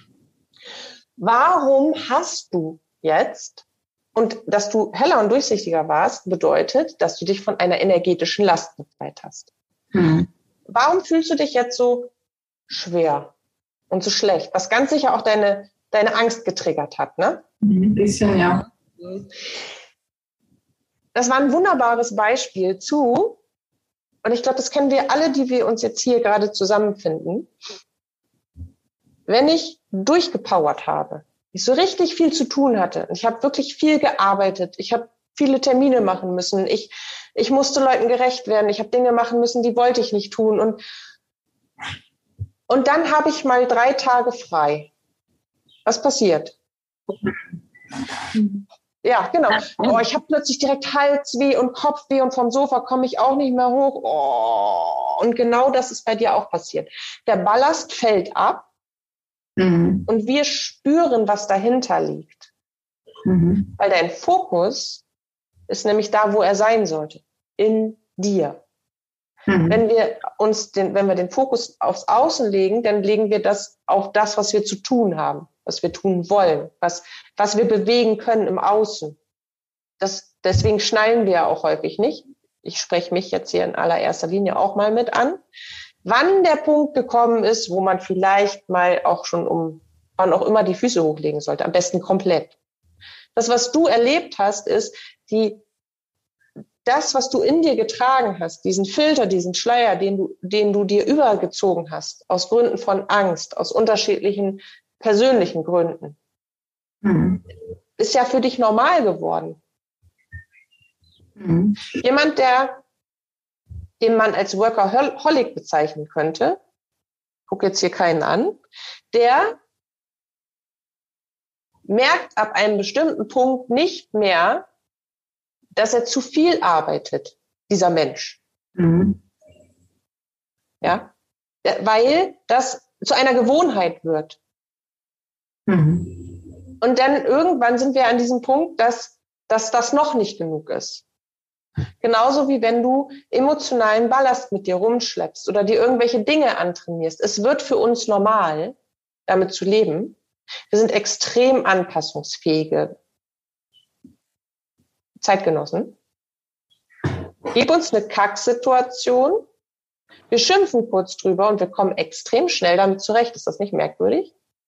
Warum hast du jetzt, und dass du heller und durchsichtiger warst, bedeutet, dass du dich von einer energetischen Last befreit hast. Mhm. Warum fühlst du dich jetzt so schwer und so schlecht? Was ganz sicher auch deine Angst getriggert hat, ne? Ein bisschen, ja. Das war ein wunderbares Beispiel zu, und ich glaube, das kennen wir alle, die wir uns jetzt hier gerade zusammenfinden. Wenn ich durchgepowert habe, ich so richtig viel zu tun hatte, ich habe wirklich viel gearbeitet, ich habe viele Termine machen müssen, ich musste Leuten gerecht werden, ich habe Dinge machen müssen, die wollte ich nicht tun, und dann habe ich mal 3 Tage frei. Was passiert? Ja, genau. Oh, ich habe plötzlich direkt Halsweh und Kopfweh und vom Sofa komme ich auch nicht mehr hoch. Oh, und genau das ist bei dir auch passiert. Der Ballast fällt ab und wir spüren, was dahinter liegt. Mhm. Weil dein Fokus ist nämlich da, wo er sein sollte. In dir. Mhm. Wenn wir den Fokus aufs Außen legen, dann legen wir das auf das, was wir zu tun haben. was wir tun wollen, was wir bewegen können im Außen. Deswegen schnallen wir ja auch häufig nicht. Ich spreche mich jetzt hier in allererster Linie auch mal mit an. Wann der Punkt gekommen ist, wo man vielleicht mal auch schon wann auch immer die Füße hochlegen sollte, am besten komplett. Das, was du erlebt hast, ist das, was du in dir getragen hast, diesen Filter, diesen Schleier, den du dir übergezogen hast, aus Gründen von Angst, aus unterschiedlichen persönlichen Gründen, ist ja für dich normal geworden. Jemand, den man als Workaholic bezeichnen könnte, guck jetzt hier keinen an, der merkt ab einem bestimmten Punkt nicht mehr, dass er zu viel arbeitet, dieser Mensch. Ja, weil das zu einer Gewohnheit wird. Und dann irgendwann sind wir an diesem Punkt, dass das noch nicht genug ist. Genauso wie wenn du emotionalen Ballast mit dir rumschleppst oder dir irgendwelche Dinge antrainierst. Es wird für uns normal, damit zu leben. Wir sind extrem anpassungsfähige Zeitgenossen. Gib uns eine Kacksituation, wir schimpfen kurz drüber und wir kommen extrem schnell damit zurecht. Ist das nicht merkwürdig?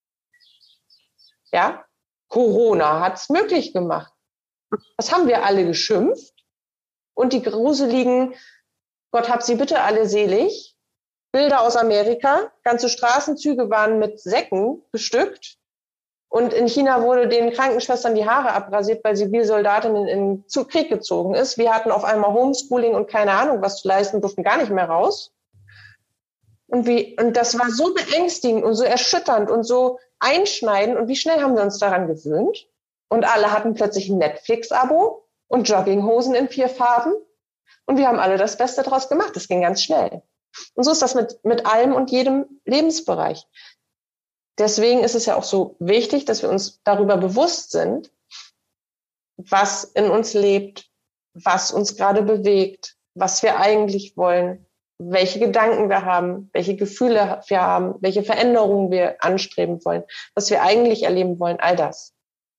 Ja? Corona hat es möglich gemacht. Das haben wir alle geschimpft. Und die gruseligen, Gott hab sie bitte alle selig, Bilder aus Amerika, ganze Straßenzüge waren mit Säcken bestückt. Und in China wurde den Krankenschwestern die Haare abrasiert, weil Zivilsoldatinnen in Krieg gezogen ist. Wir hatten auf einmal Homeschooling und keine Ahnung, was zu leisten, durften gar nicht mehr raus. Und das war so beängstigend und so erschütternd und so einschneidend. Und wie schnell haben wir uns daran gewöhnt? Und alle hatten plötzlich ein Netflix-Abo und Jogginghosen in 4 Farben. Und wir haben alle das Beste draus gemacht. Das ging ganz schnell. Und so ist das mit allem und jedem Lebensbereich. Deswegen ist es ja auch so wichtig, dass wir uns darüber bewusst sind, was in uns lebt, was uns gerade bewegt, was wir eigentlich wollen, welche Gedanken wir haben, welche Gefühle wir haben, welche Veränderungen wir anstreben wollen, was wir eigentlich erleben wollen, all das.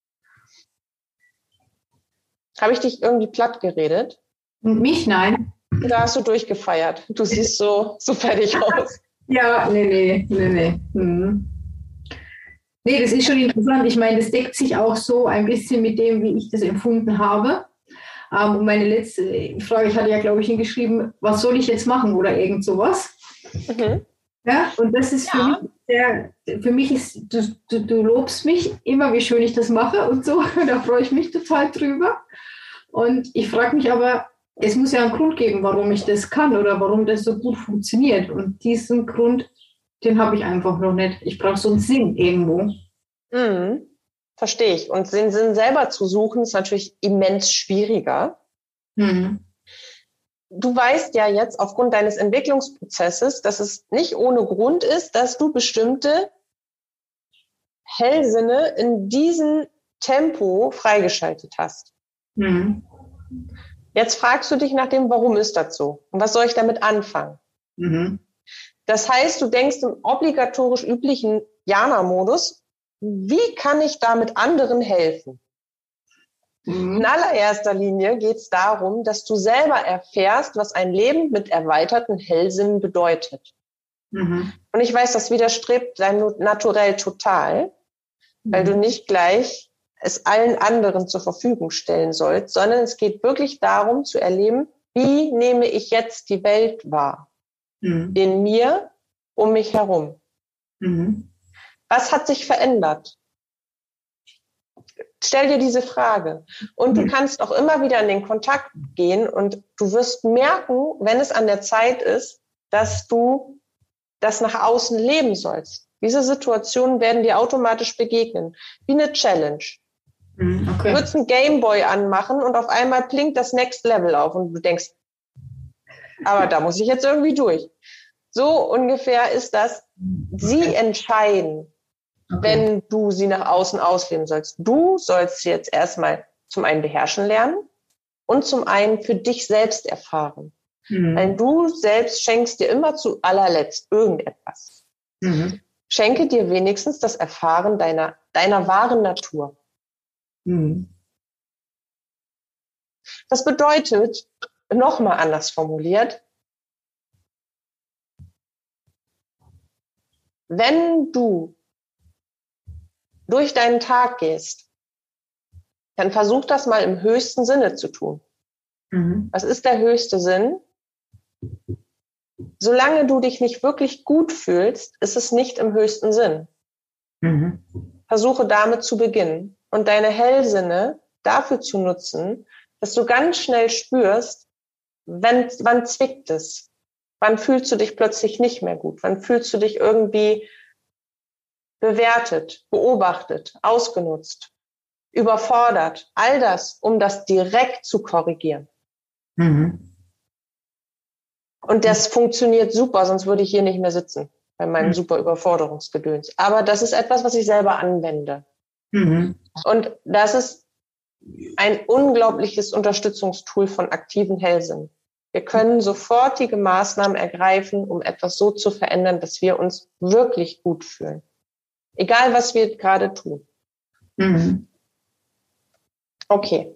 Habe ich dich irgendwie platt geredet? Mich? Nein. Da hast du durchgefeiert. Du siehst so fertig aus. Ja, nee. Nee, das ist schon interessant. Ich meine, das deckt sich auch so ein bisschen mit dem, wie ich das empfunden habe. Und meine letzte Frage, ich hatte ja, glaube ich, hingeschrieben, was soll ich jetzt machen oder irgend sowas. Ja, und das ist für mich ist, du lobst mich immer, wie schön ich das mache und so. Da freue ich mich total drüber. Und ich frage mich aber, es muss ja einen Grund geben, warum ich das kann oder warum das so gut funktioniert. Und diesen Grund, den habe ich einfach noch nicht. Ich brauche so einen Sinn irgendwo. Verstehe ich. Und den Sinn selber zu suchen, ist natürlich immens schwieriger. Du weißt ja jetzt aufgrund deines Entwicklungsprozesses, dass es nicht ohne Grund ist, dass du bestimmte Hellsinne in diesem Tempo freigeschaltet hast. Jetzt fragst du dich nach dem, warum ist das so? Und was soll ich damit anfangen? Das heißt, du denkst im obligatorisch üblichen Jana-Modus, wie kann ich damit anderen helfen? In allererster Linie geht es darum, dass du selber erfährst, was ein Leben mit erweiterten Hellsinnen bedeutet. Und ich weiß, das widerstrebt deinem Naturell total, weil du nicht gleich es allen anderen zur Verfügung stellen sollst, sondern es geht wirklich darum zu erleben, wie nehme ich jetzt die Welt wahr? In mir, um mich herum. Was hat sich verändert? Stell dir diese Frage. Und du kannst auch immer wieder in den Kontakt gehen und du wirst merken, wenn es an der Zeit ist, dass du das nach außen leben sollst. Diese Situationen werden dir automatisch begegnen. Wie eine Challenge. Du würdest einen Gameboy anmachen und auf einmal blinkt das Next Level auf und du denkst, aber da muss ich jetzt irgendwie durch. So ungefähr ist das. Sie entscheiden, wenn du sie nach außen ausleben sollst. Du sollst sie jetzt erstmal zum einen beherrschen lernen und zum einen für dich selbst erfahren. Weil du selbst schenkst dir immer zu allerletzt irgendetwas. Schenke dir wenigstens das Erfahren deiner deiner wahren Natur. Mhm. Das bedeutet, nochmal anders formuliert, wenn du durch deinen Tag gehst, dann versuch das mal im höchsten Sinne zu tun. Mhm. Was ist der höchste Sinn? Solange du dich nicht wirklich gut fühlst, ist es nicht im höchsten Sinn. Mhm. Versuche damit zu beginnen und deine Hellsinne dafür zu nutzen, dass du ganz schnell spürst, wann zwickt es? Wann fühlst du dich plötzlich nicht mehr gut? Wann fühlst du dich irgendwie bewertet, beobachtet, ausgenutzt, überfordert? All das, um das direkt zu korrigieren. Mhm. Und das funktioniert super, sonst würde ich hier nicht mehr sitzen bei meinem super Überforderungsgedöns. Aber das ist etwas, was ich selber anwende. Mhm. Und das ist ein unglaubliches Unterstützungstool von aktiven Hellsinn. Wir können sofortige Maßnahmen ergreifen, um etwas so zu verändern, dass wir uns wirklich gut fühlen. Egal, was wir gerade tun. Mhm. Okay.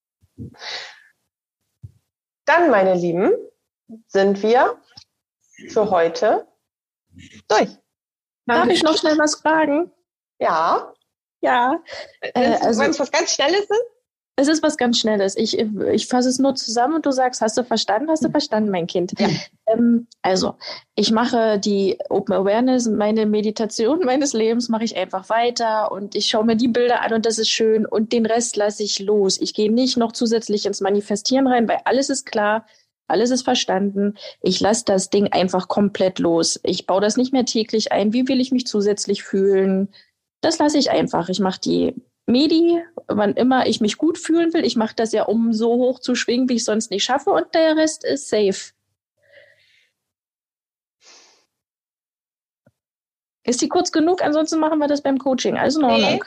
Dann, meine Lieben, sind wir für heute durch. Darf ich noch schnell was fragen? Ja. Ja. Wenn es was ganz Schnelles ist? Es ist was ganz Schnelles. Ich fasse es nur zusammen und du sagst, hast du verstanden? Hast du verstanden, mein Kind? Ja. Also, ich mache die Open Awareness, meine Meditation meines Lebens mache ich einfach weiter und ich schaue mir die Bilder an und das ist schön und den Rest lasse ich los. Ich gehe nicht noch zusätzlich ins Manifestieren rein, weil alles ist klar, alles ist verstanden. Ich lasse das Ding einfach komplett los. Ich baue das nicht mehr täglich ein. Wie will ich mich zusätzlich fühlen? Das lasse ich einfach. Ich mache die Medi, wann immer ich mich gut fühlen will. Ich mache das ja, um so hoch zu schwingen, wie ich sonst nicht schaffe. Und der Rest ist safe. Ist die kurz genug? Ansonsten machen wir das beim Coaching. Also in Ordnung.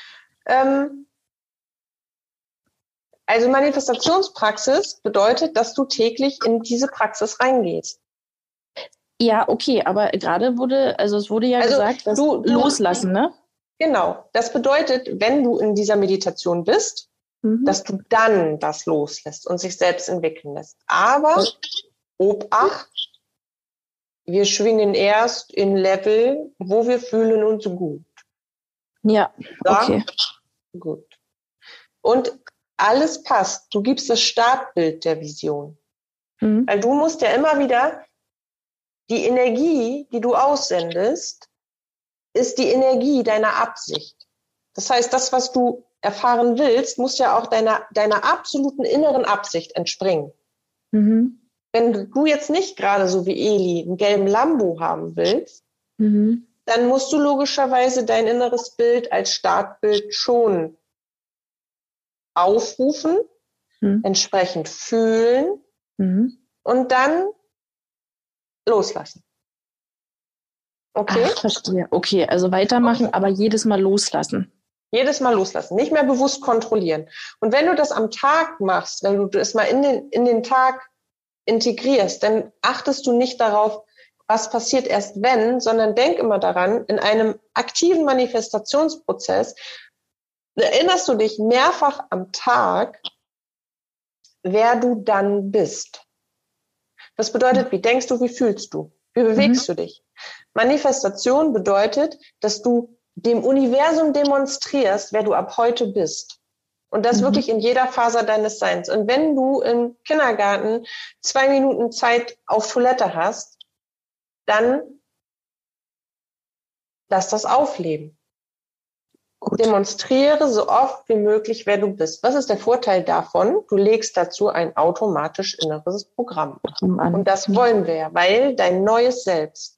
Also Manifestationspraxis bedeutet, dass du täglich in diese Praxis reingehst. Ja, okay, aber gerade wurde ja gesagt, dass du loslassen, ne? Genau. Das bedeutet, wenn du in dieser Meditation bist, dass du dann das loslässt und sich selbst entwickeln lässt. Aber Obacht, wir schwingen erst in Level, wo wir fühlen uns gut. Ja, okay. Gut. Und alles passt. Du gibst das Startbild der Vision. Weil du musst ja immer wieder die Energie, die du aussendest, ist die Energie deiner Absicht. Das heißt, das, was du erfahren willst, muss ja auch deiner absoluten inneren Absicht entspringen. Wenn du jetzt nicht gerade so wie Eli einen gelben Lambo haben willst, dann musst du logischerweise dein inneres Bild als Startbild schon aufrufen, entsprechend fühlen und dann loslassen. Okay? Ach, verstehe. Okay, also weitermachen, aber jedes Mal loslassen. Jedes Mal loslassen, nicht mehr bewusst kontrollieren. Und wenn du das am Tag machst, wenn du das mal in den Tag integrierst, dann achtest du nicht darauf, was passiert erst wenn, sondern denk immer daran, in einem aktiven Manifestationsprozess erinnerst du dich mehrfach am Tag, wer du dann bist. Das bedeutet, wie denkst du, wie fühlst du? Wie bewegst du dich? Manifestation bedeutet, dass du dem Universum demonstrierst, wer du ab heute bist. Und das wirklich in jeder Faser deines Seins. Und wenn du im Kindergarten 2 Minuten Zeit auf Toilette hast, dann lass das aufleben. Gut. Demonstriere so oft wie möglich, wer du bist. Was ist der Vorteil davon? Du legst dazu ein automatisch inneres Programm an. Und das wollen wir ja, weil dein neues Selbst.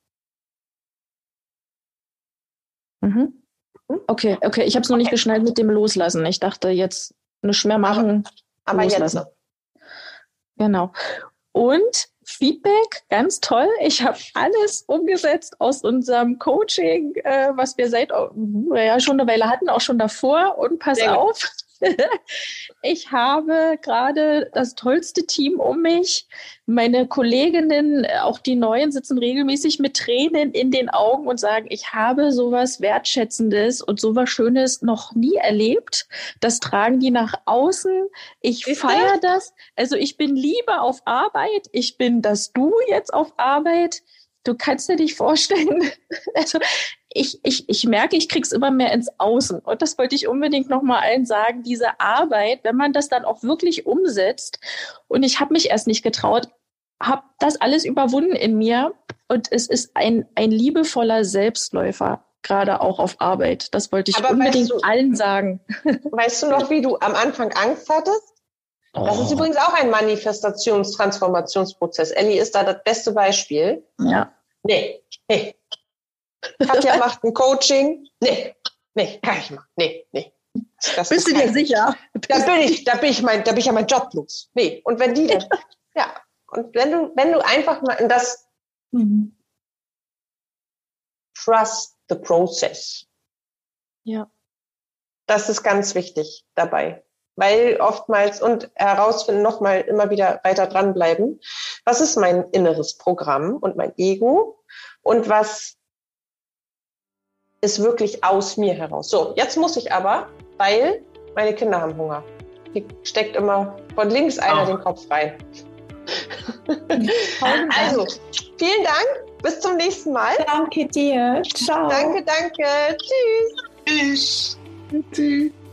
Okay, ich habe es noch nicht geschnallt mit dem Loslassen. Ich dachte jetzt nichts mehr machen, aber loslassen. Jetzt. Genau. Und Feedback, ganz toll. Ich habe alles umgesetzt aus unserem Coaching, was wir seit schon eine Weile hatten, auch schon davor. Und pass auf, Ich habe gerade das tollste Team um mich. Meine Kolleginnen, auch die Neuen, sitzen regelmäßig mit Tränen in den Augen und sagen, ich habe sowas Wertschätzendes und sowas Schönes noch nie erlebt. Das tragen die nach außen. Ich feiere das. Also ich bin Liebe auf Arbeit. Ich bin das Du jetzt auf Arbeit. Du kannst dir nicht vorstellen, also ich merke, ich krieg's immer mehr ins Außen. Und das wollte ich unbedingt nochmal allen sagen, diese Arbeit, wenn man das dann auch wirklich umsetzt, und ich habe mich erst nicht getraut, habe das alles überwunden in mir, und es ist ein liebevoller Selbstläufer, gerade auch auf Arbeit. Das wollte ich unbedingt allen sagen. Weißt du noch, wie du am Anfang Angst hattest? Das ist übrigens auch ein Manifestations-Transformationsprozess. Elli ist da das beste Beispiel. Ja. Nee. Katja macht ein Coaching. Nee, kann ich machen. Nee. Bist du dir sicher? Da bin ich ja mein Job los. Nee, und wenn die dann, ja. Und wenn du einfach mal in das trust the process. Ja. Das ist ganz wichtig dabei. Weil oftmals und herausfinden, nochmal immer wieder weiter dranbleiben. Was ist mein inneres Programm und mein Ego? Und was ist wirklich aus mir heraus? So, jetzt muss ich aber, weil meine Kinder haben Hunger. Hier steckt immer von links einer den Kopf rein. Also, vielen Dank. Bis zum nächsten Mal. Danke dir. Ciao. Danke. Tschüss. Tschüss. Tschüss.